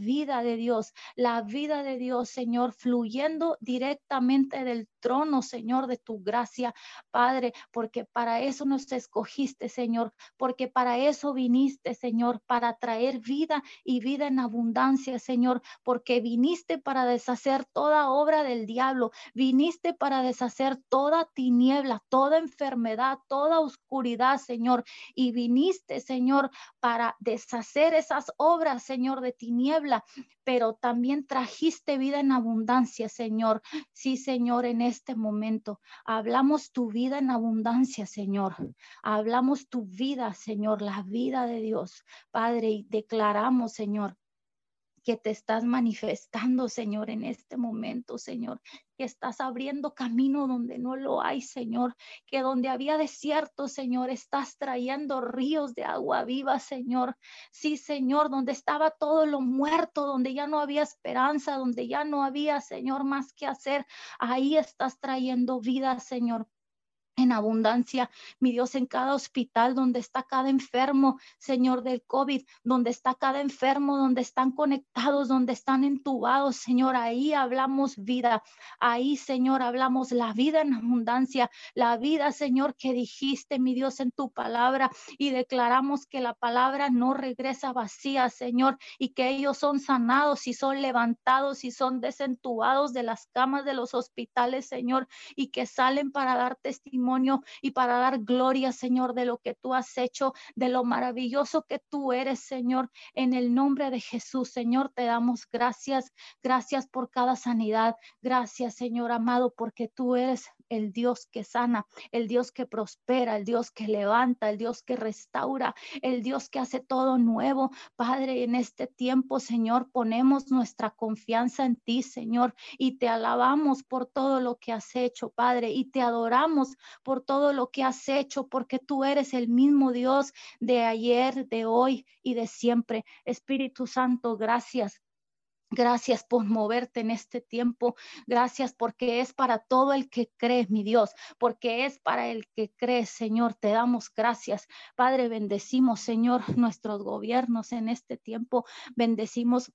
vida de Dios, Señor, fluyendo directamente del trono, Señor, de tu gracia, Padre, porque para eso nos escogiste, Señor, porque para eso viniste, Señor, para traer vida y vida en abundancia, Señor, porque viniste para deshacer toda obra del diablo, viniste para deshacer toda tiniebla, toda enfermedad, toda oscuridad, Señor, y viniste, Señor, para deshacer esas obras, Señor, de tiniebla, pero también trajiste vida en abundancia, Señor. Sí, Señor, en este momento hablamos tu vida en abundancia, Señor. Hablamos tu vida, Señor, la vida de Dios, Padre, y declaramos, Señor, que te estás manifestando, Señor, en este momento, Señor, que estás abriendo camino donde no lo hay, Señor, que donde había desierto, Señor, estás trayendo ríos de agua viva, Señor. Sí, Señor, donde estaba todo lo muerto, donde ya no había esperanza, donde ya no había, Señor, más que hacer, ahí estás trayendo vida, Señor, en abundancia, mi Dios, en cada hospital donde está cada enfermo, Señor, del COVID, donde está cada enfermo, donde están conectados, donde están entubados, Señor, ahí hablamos vida, ahí, Señor, hablamos la vida en abundancia, la vida, Señor, que dijiste, mi Dios, en tu palabra, y declaramos que la palabra no regresa vacía, Señor, y que ellos son sanados y son levantados y son desentubados de las camas de los hospitales, Señor, y que salen para dar testimonio y para dar gloria, Señor, de lo que tú has hecho, de lo maravilloso que tú eres, Señor, en el nombre de Jesús, Señor, te damos gracias, gracias por cada sanidad, gracias, Señor amado, porque tú eres el Dios que sana, el Dios que prospera, el Dios que levanta, el Dios que restaura, el Dios que hace todo nuevo. Padre, en este tiempo, Señor, ponemos nuestra confianza en ti, Señor, y te alabamos por todo lo que has hecho, Padre, y te adoramos por todo lo que has hecho, porque tú eres el mismo Dios de ayer, de hoy y de siempre. Espíritu Santo, gracias. Gracias por moverte en este tiempo. Gracias porque es para todo el que cree, mi Dios, porque es para el que cree, Señor. Te damos gracias. Padre, bendecimos, Señor, nuestros gobiernos en este tiempo. Bendecimos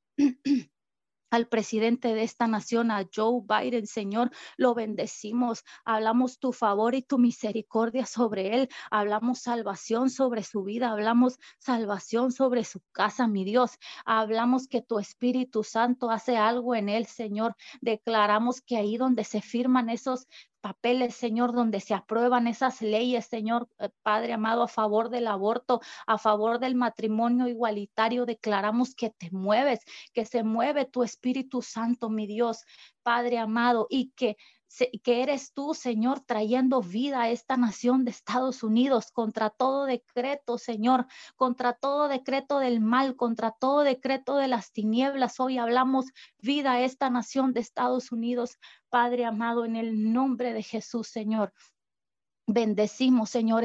al presidente de esta nación, a Joe Biden, Señor, lo bendecimos, hablamos tu favor y tu misericordia sobre él, hablamos salvación sobre su vida, hablamos salvación sobre su casa, mi Dios, hablamos que tu Espíritu Santo hace algo en él, Señor, declaramos que ahí donde se firman esos papeles, Señor, donde se aprueban esas leyes, Señor, Padre amado, a favor del aborto, a favor del matrimonio igualitario. Declaramos que te mueves, que se mueve tu Espíritu Santo, mi Dios, Padre amado, y que eres tú, Señor, trayendo vida a esta nación de Estados Unidos contra todo decreto, Señor, contra todo decreto del mal, contra todo decreto de las tinieblas. Hoy hablamos vida a esta nación de Estados Unidos, Padre amado, en el nombre de Jesús, Señor. Bendecimos, Señor,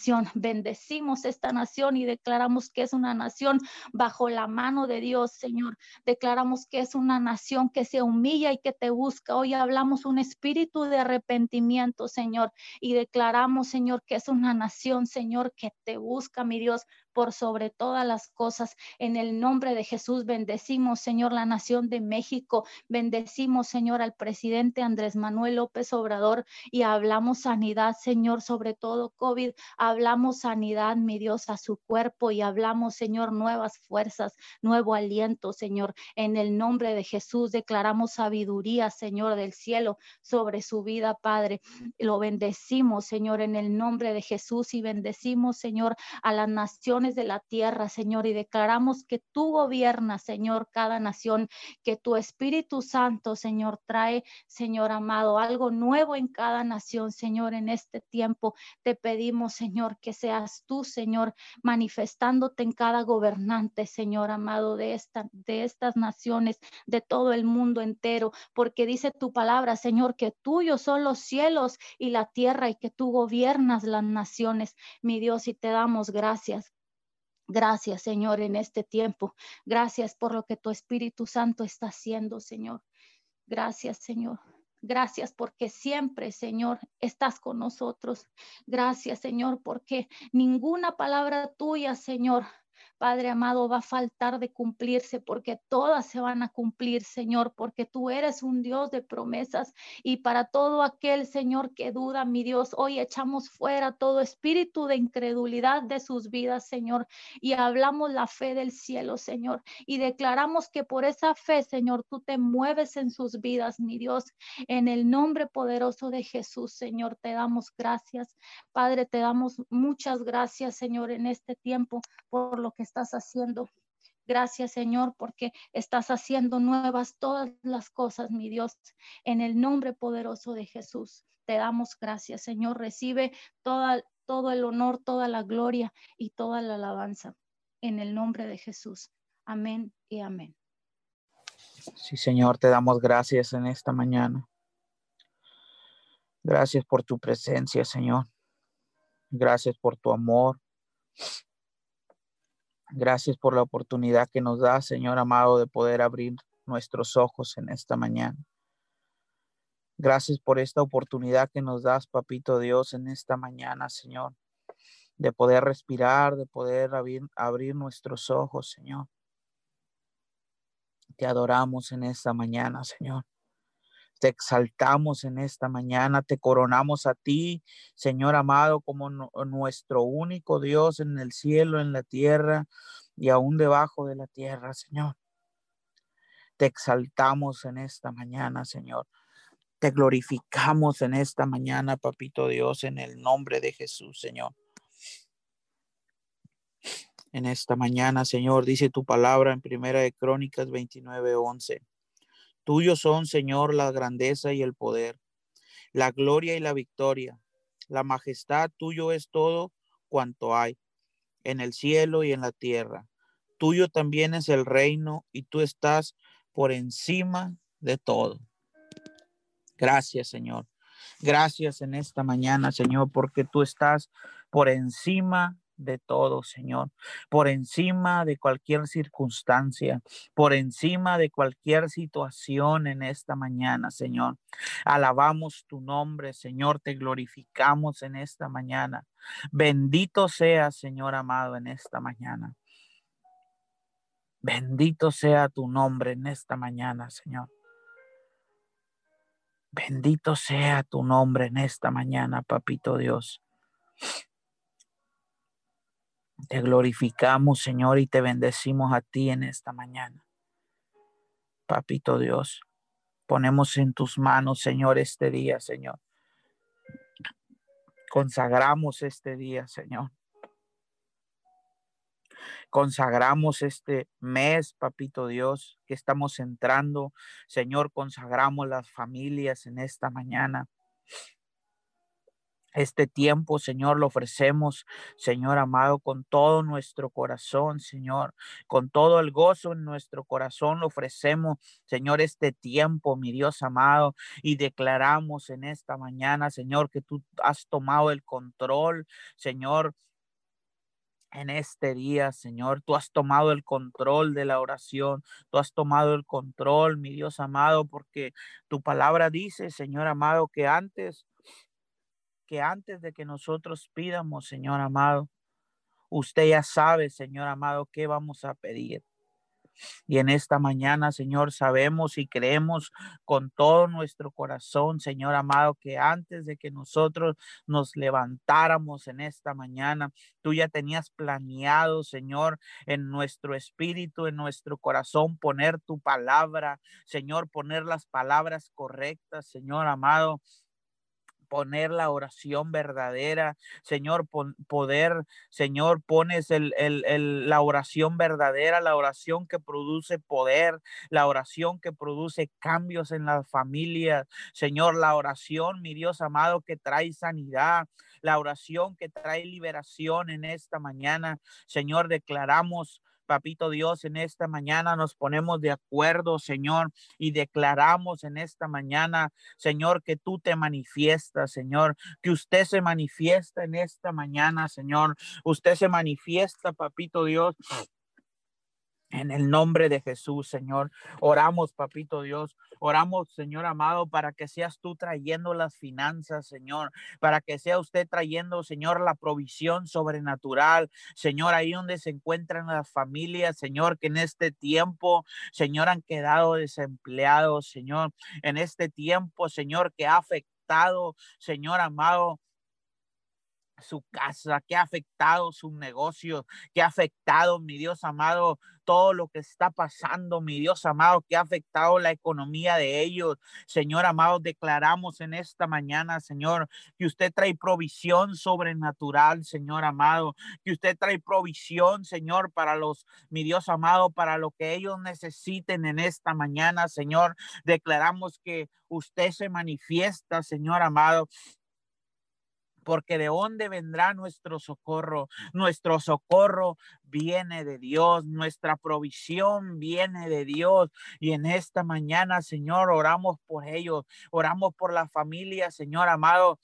bendecimos esta nación y declaramos que es una nación bajo la mano de Dios, Señor. Declaramos que es una nación que se humilla y que te busca. Hoy hablamos un espíritu de arrepentimiento, Señor, y declaramos, Señor, que es una nación, Señor, que te busca, mi Dios, por sobre todas las cosas. En el nombre de Jesús bendecimos, Señor, la nación de México. Bendecimos, Señor, al presidente Andrés Manuel López Obrador y hablamos sanidad, Señor, sobre todo COVID. Hablamos sanidad, mi Dios, a su cuerpo y hablamos, Señor, nuevas fuerzas, nuevo aliento, Señor. En el nombre de Jesús declaramos sabiduría, Señor, del cielo sobre su vida, Padre. Lo bendecimos, Señor, en el nombre de Jesús y bendecimos, Señor, a las naciones de la tierra, Señor, y declaramos que tú gobiernas, Señor, cada nación, que tu Espíritu Santo, Señor, trae, Señor amado, algo nuevo en cada nación, Señor, en este tiempo. Te pedimos, Señor, que seas tú, Señor, manifestándote en cada gobernante, Señor amado, de estas naciones, de todo el mundo entero, porque dice tu palabra, Señor, que tuyos son los cielos y la tierra y que tú gobiernas las naciones, mi Dios, y te damos gracias. Gracias, Señor, en este tiempo. Gracias por lo que tu Espíritu Santo está haciendo, Señor. Gracias, Señor. Gracias porque siempre, Señor, estás con nosotros. Gracias, Señor, porque ninguna palabra tuya, Señor, Padre amado, va a faltar de cumplirse, porque todas se van a cumplir, Señor, porque tú eres un Dios de promesas. Y para todo aquel, Señor, que duda, mi Dios, hoy echamos fuera todo espíritu de incredulidad de sus vidas, Señor, y hablamos la fe del cielo, Señor, y declaramos que por esa fe, Señor, tú te mueves en sus vidas, mi Dios, en el nombre poderoso de Jesús, Señor, te damos gracias. Padre, te damos muchas gracias, Señor, en este tiempo por lo que estás haciendo. Gracias, Señor, porque estás haciendo nuevas todas las cosas, mi Dios, en el nombre poderoso de Jesús. Te damos gracias, Señor. Recibe todo el honor, toda la gloria y toda la alabanza en el nombre de Jesús. Amén y amén. Sí, Señor, te damos gracias en esta mañana. Gracias por tu presencia, Señor. Gracias por tu amor. Gracias por la oportunidad que nos da, Señor amado, de poder abrir nuestros ojos en esta mañana. Gracias por esta oportunidad que nos das, Papito Dios, en esta mañana, Señor, de poder respirar, de poder abrir nuestros ojos, Señor. Te adoramos en esta mañana, Señor. Te exaltamos en esta mañana, te coronamos a ti, Señor amado, como nuestro único Dios en el cielo, en la tierra y aún debajo de la tierra, Señor. Te exaltamos en esta mañana, Señor. Te glorificamos en esta mañana, Papito Dios, en el nombre de Jesús, Señor. En esta mañana, Señor, dice tu palabra en Primera de Crónicas 29:11. Tuyos son, Señor, la grandeza y el poder, la gloria y la victoria. La majestad tuyo es todo cuanto hay en el cielo y en la tierra. Tuyo también es el reino y tú estás por encima de todo. Gracias, Señor. Gracias en esta mañana, Señor, porque tú estás por encima de todo, Señor, por encima de cualquier circunstancia, por encima de cualquier situación en esta mañana, Señor. Alabamos tu nombre, Señor, te glorificamos en esta mañana. Bendito sea, Señor amado, en esta mañana. Bendito sea tu nombre en esta mañana, Señor. Bendito sea tu nombre en esta mañana, Papito Dios. Te glorificamos, Señor, y te bendecimos a ti en esta mañana. Papito Dios, ponemos en tus manos, Señor, este día, Señor. Consagramos este día, Señor. Consagramos este mes, papito Dios, que estamos entrando. Señor, consagramos las familias en esta mañana. Este tiempo, Señor, lo ofrecemos, Señor amado, con todo nuestro corazón, Señor, con todo el gozo en nuestro corazón, lo ofrecemos, Señor, este tiempo, mi Dios amado, y declaramos en esta mañana, Señor, que tú has tomado el control, Señor. En este día, Señor, tú has tomado el control de la oración, tú has tomado el control, mi Dios amado, porque tu palabra dice, Señor amado, que antes de que nosotros pidamos, Señor amado, usted ya sabe, Señor amado, qué vamos a pedir. Y en esta mañana, Señor, sabemos y creemos con todo nuestro corazón, Señor amado, que antes de que nosotros nos levantáramos en esta mañana, tú ya tenías planeado, Señor, en nuestro espíritu, en nuestro corazón, poner tu palabra, Señor, poner las palabras correctas, Señor amado, poner la oración verdadera, Señor, poder, Señor, pones la oración verdadera, la oración que produce poder, la oración que produce cambios en las familias, Señor, la oración, mi Dios amado, que trae sanidad, la oración que trae liberación en esta mañana, Señor, declaramos, papito Dios, en esta mañana nos ponemos de acuerdo, Señor, y declaramos en esta mañana, Señor, que tú te manifiestas, Señor, que usted se manifiesta en esta mañana, Señor. Usted se manifiesta, papito Dios. En el nombre de Jesús, Señor, oramos, papito Dios, oramos, Señor amado, para que seas tú trayendo las finanzas, Señor, para que sea usted trayendo, Señor, la provisión sobrenatural, Señor, ahí donde se encuentran las familias, Señor, que en este tiempo, Señor, han quedado desempleados, Señor, en este tiempo, Señor, que ha afectado, Señor amado, su casa, que ha afectado sus negocios, que ha afectado, mi Dios amado, todo lo que está pasando, mi Dios amado, que ha afectado la economía de ellos. Señor amado, declaramos en esta mañana, Señor, que usted trae provisión sobrenatural, Señor amado, que usted trae provisión, Señor, para los, mi Dios amado, para lo que ellos necesiten en esta mañana, Señor. Declaramos que usted se manifiesta, Señor amado, porque de dónde vendrá nuestro socorro. Nuestro socorro viene de Dios, nuestra provisión viene de Dios. Y en esta mañana, Señor, oramos por ellos, oramos por la familia, Señor amado,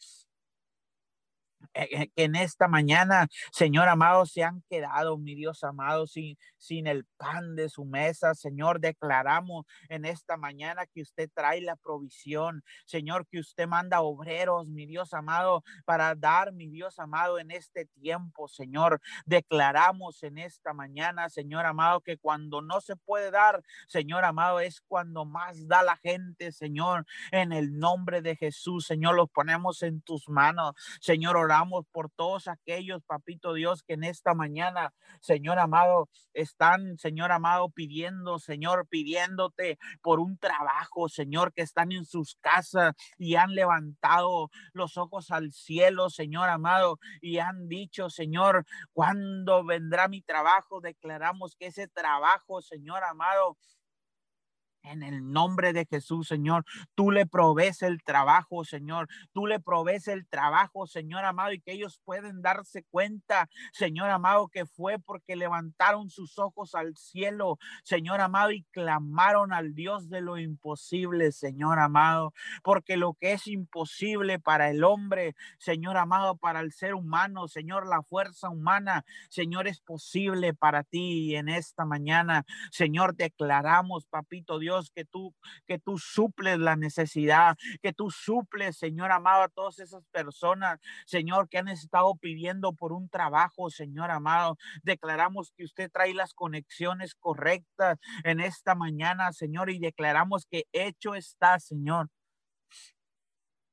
que en esta mañana, Señor amado, se han quedado, mi Dios amado, sin el pan de su mesa. Señor, declaramos en esta mañana que usted trae la provisión, Señor, que usted manda obreros, mi Dios amado, para dar, mi Dios amado, en este tiempo, Señor. Declaramos en esta mañana, Señor amado, que cuando no se puede dar, Señor amado, es cuando más da la gente, Señor. En el nombre de Jesús, Señor, los ponemos en tus manos. Señor, oramos por todos aquellos, papito Dios, que en esta mañana, Señor amado, están, Señor amado, pidiendo, Señor, pidiéndote por un trabajo, Señor, que están en sus casas y han levantado los ojos al cielo, Señor amado, y han dicho, Señor, ¿cuándo vendrá mi trabajo? Declaramos que ese trabajo, Señor amado, en el nombre de Jesús, Señor, tú le provees el trabajo, Señor. Tú le provees el trabajo, Señor amado, y que ellos pueden darse cuenta, Señor amado, que fue porque levantaron sus ojos al cielo, Señor amado, y clamaron al Dios de lo imposible, Señor amado, porque lo que es imposible para el hombre, Señor amado, para el ser humano, Señor, la fuerza humana, Señor, es posible para ti. Y en esta mañana, Señor, declaramos, papito Dios, que tú suples la necesidad, que tú suples, Señor amado, a todas esas personas, Señor, que han estado pidiendo por un trabajo, Señor amado. Declaramos que usted trae las conexiones correctas en esta mañana, Señor, y declaramos que hecho está, Señor.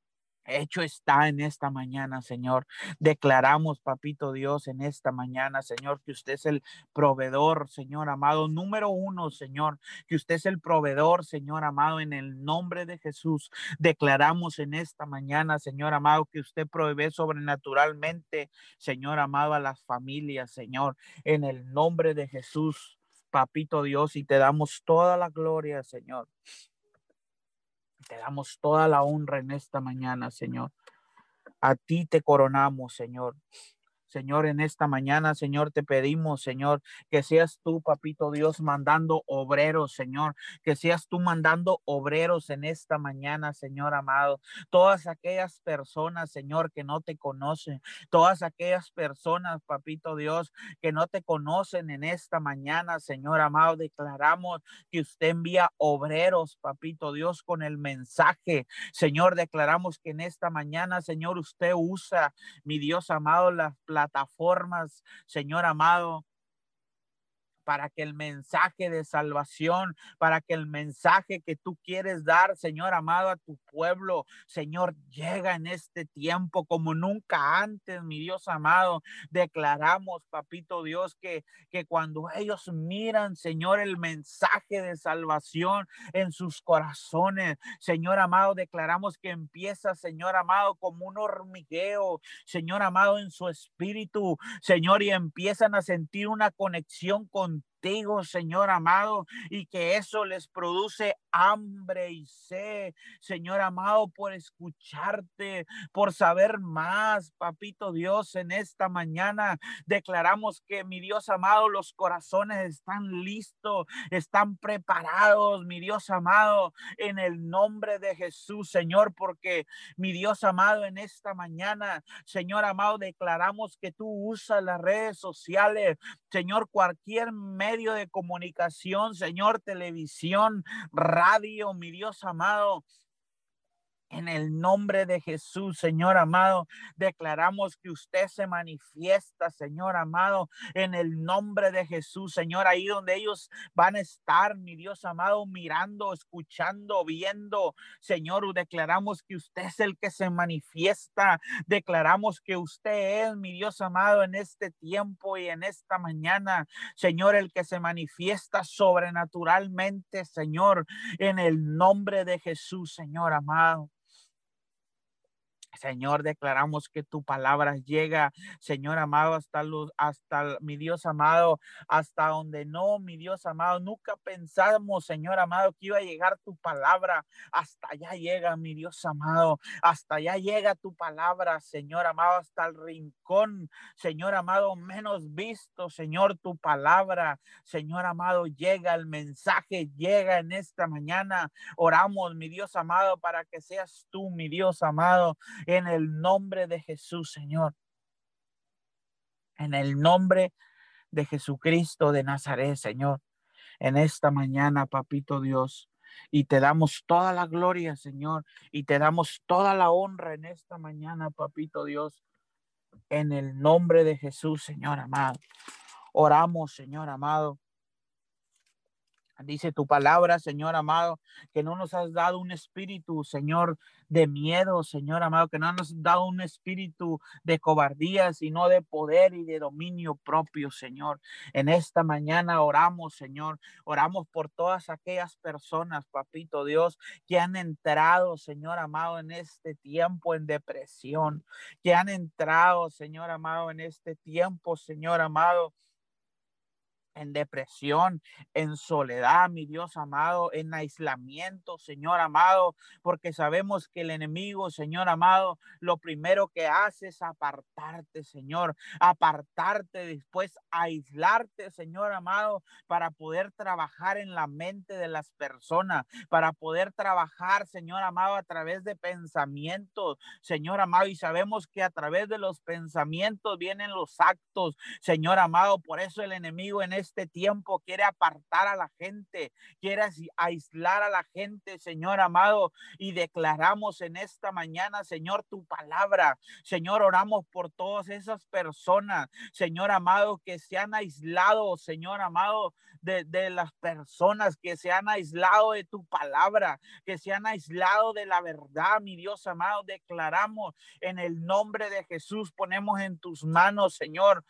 Hecho está en esta mañana, Señor. Declaramos, papito Dios, en esta mañana, Señor, que usted es el proveedor, Señor amado, número uno, Señor, que usted es el proveedor, Señor amado, en el nombre de Jesús. Declaramos en esta mañana, Señor amado, que usted provee sobrenaturalmente, Señor amado, a las familias, Señor, en el nombre de Jesús, papito Dios, y te damos toda la gloria, Señor. Te damos toda la honra en esta mañana, Señor. A ti te coronamos, Señor. Señor, en esta mañana, Señor, te pedimos, Señor, que seas tú, papito Dios, mandando obreros, Señor, que seas tú mandando obreros en esta mañana, Señor amado. Todas aquellas personas, Señor, que no te conocen, todas aquellas personas, papito Dios, que no te conocen en esta mañana, Señor amado, declaramos que usted envía obreros, papito Dios, con el mensaje. Señor, declaramos que en esta mañana, Señor, usted usa, mi Dios amado, las plataformas, Señor amado, para que el mensaje de salvación, para que el mensaje que tú quieres dar, Señor amado, a tu pueblo, Señor, llega en este tiempo como nunca antes, mi Dios amado. Declaramos, papito Dios, que cuando ellos miran, Señor, el mensaje de salvación en sus corazones, Señor amado, declaramos que empieza, Señor amado, como un hormigueo, Señor amado, en su espíritu, Señor, y empiezan a sentir una conexión contigo, Señor amado, y que eso les produce hambre y sed, Señor amado, por escucharte, por saber más, papito Dios. En esta mañana declaramos que, mi Dios amado, los corazones están listos, están preparados, mi Dios amado, en el nombre de Jesús, Señor, porque, mi Dios amado, en esta mañana, Señor amado, declaramos que tú usas las redes sociales, Señor, cualquier medio de comunicación, Señor, televisión, radio, mi Dios amado. En el nombre de Jesús, Señor amado, declaramos que usted se manifiesta, Señor amado, en el nombre de Jesús, Señor, ahí donde ellos van a estar, mi Dios amado, mirando, escuchando, viendo, Señor, declaramos que usted es el que se manifiesta, declaramos que usted es, mi Dios amado, en este tiempo y en esta mañana, Señor, el que se manifiesta sobrenaturalmente, Señor, en el nombre de Jesús, Señor amado. Señor, declaramos que tu palabra llega, Señor amado, hasta mi Dios amado, hasta donde no, mi Dios amado, nunca pensamos, Señor amado, que iba a llegar tu palabra. Hasta allá llega, mi Dios amado, hasta allá llega tu palabra, Señor amado, hasta el rincón, Señor amado, menos visto, Señor, tu palabra, Señor amado, llega, el mensaje llega en esta mañana. Oramos, mi Dios amado, para que seas tú, mi Dios amado, en el nombre de Jesús, Señor. En el nombre de Jesucristo de Nazaret, Señor. En esta mañana, papito Dios. Y te damos toda la gloria, Señor. Y te damos toda la honra en esta mañana, papito Dios. En el nombre de Jesús, Señor amado. Oramos, Señor amado. Dice tu palabra, Señor amado, que no nos has dado un espíritu, Señor, de miedo, Señor amado, que no nos has dado un espíritu de cobardía, sino de poder y de dominio propio, Señor. En esta mañana oramos, Señor, oramos por todas aquellas personas, papito Dios, que han entrado, Señor amado, en este tiempo en depresión, que han entrado, Señor amado, en este tiempo, Señor amado, en depresión, en soledad, mi Dios amado, en aislamiento, Señor amado, porque sabemos que el enemigo, Señor amado, lo primero que hace es apartarte, Señor, apartarte, después aislarte, Señor amado, para poder trabajar en la mente de las personas, para poder trabajar, Señor amado, a través de pensamientos, Señor amado, y sabemos que a través de los pensamientos vienen los actos, Señor amado. Por eso el enemigo en este tiempo quiere apartar a la gente, quiere aislar a la gente, Señor amado, y declaramos en esta mañana, Señor, tu palabra. Señor, oramos por todas esas personas, Señor amado, que se han aislado, Señor amado, de las personas que se han aislado de tu palabra, que se han aislado de la verdad, mi Dios amado. Declaramos en el nombre de Jesús, ponemos en tus manos, Señor,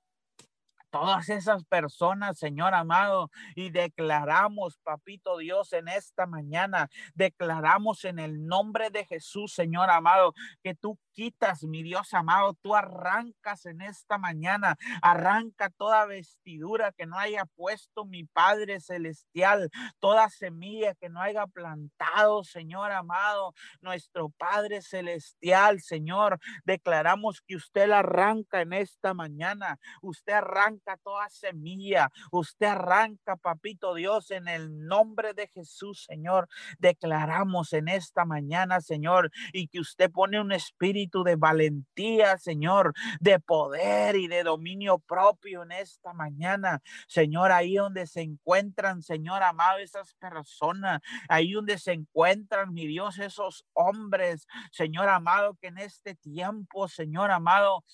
todas esas personas, Señor amado, y declaramos, papito Dios, en esta mañana, declaramos en el nombre de Jesús, Señor amado, que tú quitas, mi Dios amado, tú arrancas en esta mañana, arranca toda vestidura que no haya puesto mi Padre Celestial, toda semilla que no haya plantado, Señor amado, nuestro Padre Celestial, Señor, declaramos que usted la arranca en esta mañana, usted arranca toda semilla, usted arranca, papito Dios, en el nombre de Jesús, Señor, declaramos en esta mañana, Señor, y que usted pone un espíritu de valentía, Señor, de poder y de dominio propio en esta mañana, Señor, ahí donde se encuentran, Señor amado, esas personas, ahí donde se encuentran, mi Dios, esos hombres, Señor amado, que en este tiempo, Señor amado,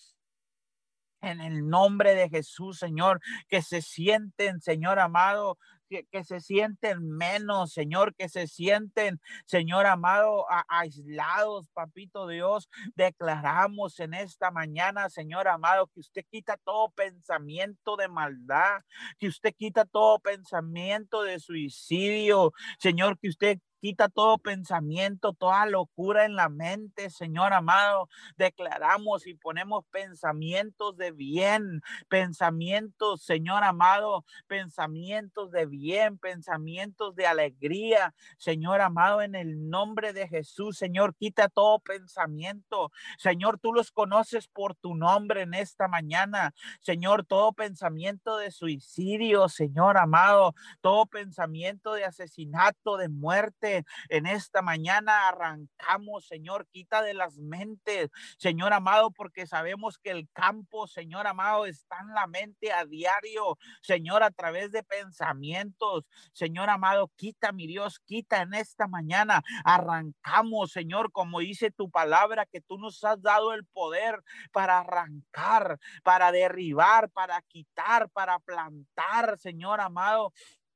en el nombre de Jesús, Señor, que se sienten, Señor amado, que se sienten menos, Señor, que se sienten, Señor amado, aislados, papito Dios. Declaramos en esta mañana, Señor amado, que usted quita todo pensamiento de maldad, que usted quita todo pensamiento de suicidio, Señor, que usted quita todo pensamiento, toda locura en la mente, Señor amado. Declaramos y ponemos pensamientos de bien, pensamientos, Señor amado, pensamientos de bien, pensamientos de alegría, Señor amado, en el nombre de Jesús, Señor, quita todo pensamiento, Señor, tú los conoces por tu nombre en esta mañana, Señor, todo pensamiento de suicidio, Señor amado, todo pensamiento de asesinato, de muerte, en esta mañana arrancamos, Señor, quita de las mentes, Señor amado, porque sabemos que el campo, Señor amado, está en la mente a diario, Señor, a través de pensamientos, Señor amado, quita, mi Dios, quita en esta mañana, arrancamos, Señor, como dice tu palabra, que tú nos has dado el poder para arrancar, para derribar, para quitar, para plantar, Señor amado.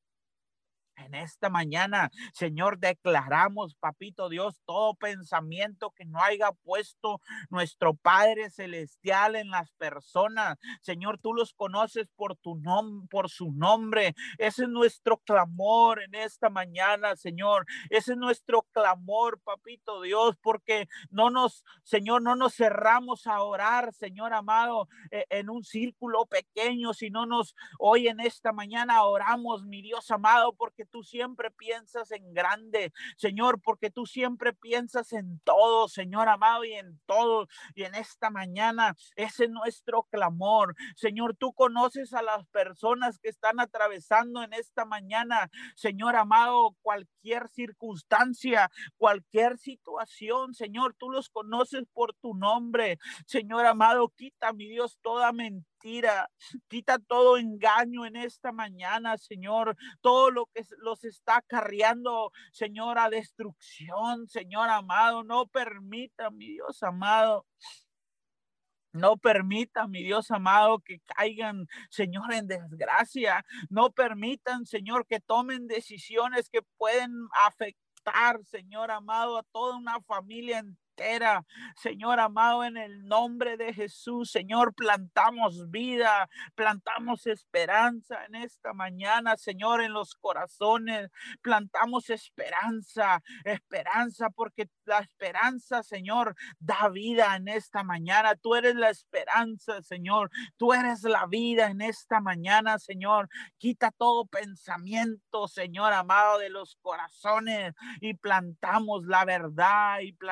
En esta mañana, Señor, declaramos, papito Dios, todo pensamiento que no haya puesto nuestro Padre Celestial en las personas. Señor, tú los conoces por tu nombre, por su nombre. Ese es nuestro clamor en esta mañana, Señor. Ese es nuestro clamor, papito Dios, porque Señor, no nos cerramos a orar, Señor amado, en un círculo pequeño, sino hoy en esta mañana oramos, mi Dios amado, porque tú siempre piensas en grande, Señor, porque tú siempre piensas en todo, Señor amado, y en todo. Y en esta mañana, ese es nuestro clamor. Señor, tú conoces a las personas que están atravesando en esta mañana, Señor amado, cualquier circunstancia, cualquier situación, Señor, tú los conoces por tu nombre. Señor amado, quita, mi Dios, toda mentira, quita todo engaño en esta mañana, Señor, todo lo que los está acarreando, Señor, a destrucción, Señor amado, no permita, mi Dios amado. No permitan, mi Dios amado, que caigan, Señor, en desgracia. No permitan, Señor, que tomen decisiones que pueden afectar, Señor amado, a toda una familia entera. Señor amado, en el nombre de Jesús, Señor, plantamos vida, plantamos esperanza en esta mañana, Señor, en los corazones. Plantamos esperanza, esperanza, porque la esperanza, Señor, da vida en esta mañana. Tú eres la esperanza, Señor. Tú eres la vida en esta mañana, Señor. Quita todo pensamiento, Señor amado, de los corazones y plantamos la verdad y plantamos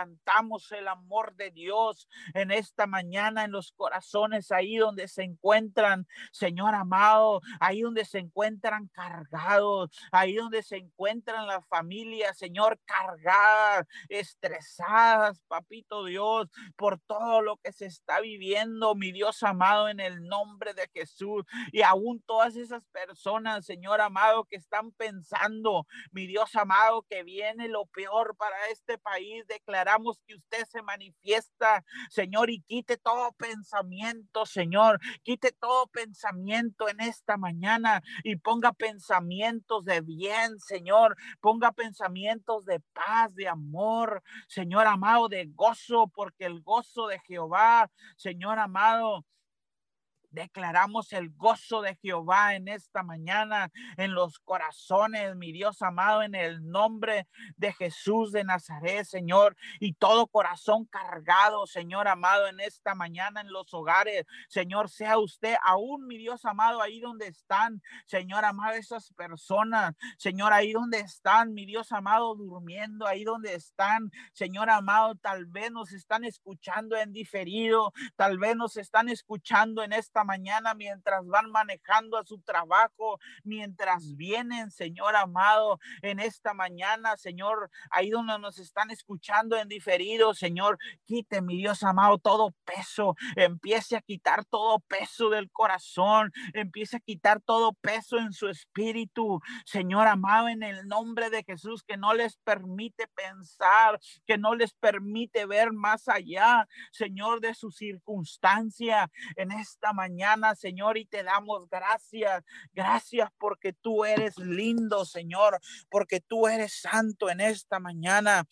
declaramos el amor de Dios en esta mañana en los corazones, ahí donde se encuentran, Señor amado, ahí donde se encuentran cargados, ahí donde se encuentran las familias, Señor, cargadas, estresadas, papito Dios, por todo lo que se está viviendo, mi Dios amado, en el nombre de Jesús. Y aún todas esas personas, Señor amado, que están pensando, mi Dios amado, que viene lo peor para este país, declaramos que usted se manifiesta, Señor, y quite todo pensamiento, Señor, quite todo pensamiento en esta mañana y ponga pensamientos de bien, Señor, ponga pensamientos de paz, de amor, Señor amado, de gozo, porque el gozo de Jehová, Señor amado, declaramos el gozo de Jehová en esta mañana, en los corazones, mi Dios amado, en el nombre de Jesús de Nazaret, Señor, y todo corazón cargado, Señor amado, en esta mañana en los hogares, Señor, sea usted aún, mi Dios amado, ahí donde están, Señor amado, esas personas, Señor, ahí donde están, mi Dios amado, durmiendo, ahí donde están, Señor amado, tal vez nos están escuchando en diferido, tal vez nos están escuchando en esta mañana mientras van manejando a su trabajo, mientras vienen, Señor amado, en esta mañana, Señor, ahí donde nos están escuchando en diferido, Señor, quite, mi Dios amado, todo peso, empiece a quitar todo peso del corazón, empiece a quitar todo peso en su espíritu, Señor amado, en el nombre de Jesús, que no les permite pensar, que no les permite ver más allá, Señor, de su circunstancia en esta mañana, Señor, y te damos gracias. Gracias porque tú eres lindo, Señor, porque tú eres santo en esta mañana.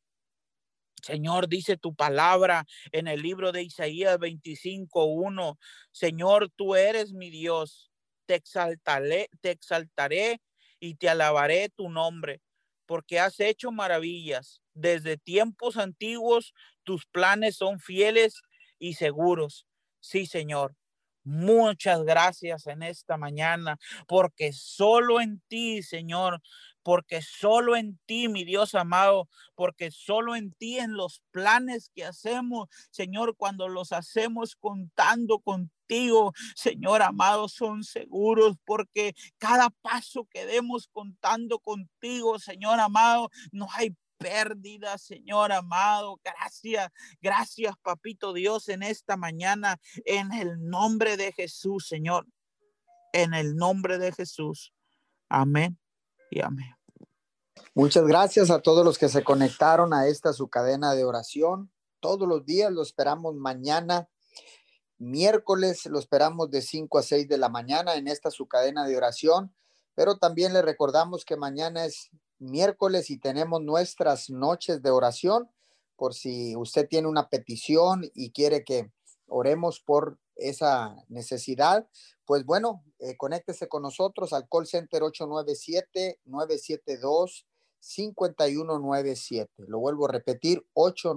Señor, dice tu palabra en el libro de Isaías 25:1. Señor, tú eres mi Dios. Te exaltaré y te alabaré tu nombre, porque has hecho maravillas. Desde tiempos antiguos, tus planes son fieles y seguros. Sí, Señor. Muchas gracias en esta mañana, porque solo en ti, Señor, porque solo en ti, mi Dios amado, porque solo en ti, en los planes que hacemos, Señor, cuando los hacemos contando contigo, Señor amado, son seguros, porque cada paso que demos contando contigo, Señor amado, no hay pérdida, Señor amado. Gracias, gracias, papito Dios, en esta mañana, en el nombre de Jesús, Señor, en el nombre de Jesús. Amén y amén. Muchas gracias a todos los que se conectaron a esta su cadena de oración. Todos los días lo esperamos mañana. Miércoles lo esperamos de 5 a 6 de la mañana en esta su cadena de oración. Pero también le recordamos que mañana es miércoles y tenemos nuestras noches de oración. Por si usted tiene una petición y quiere que oremos por esa necesidad, pues bueno, conéctese con nosotros al call center 897-972-5197. Lo vuelvo a repetir,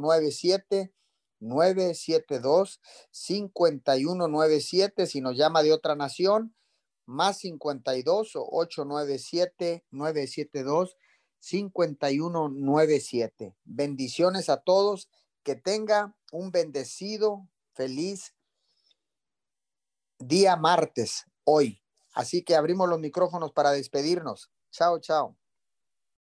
897-972-5197. Si nos llama de otra nación, más 52 o 897-972-5197. Bendiciones a todos. Que tenga un bendecido, feliz día martes hoy. Así que abrimos los micrófonos para despedirnos. Chao, chao.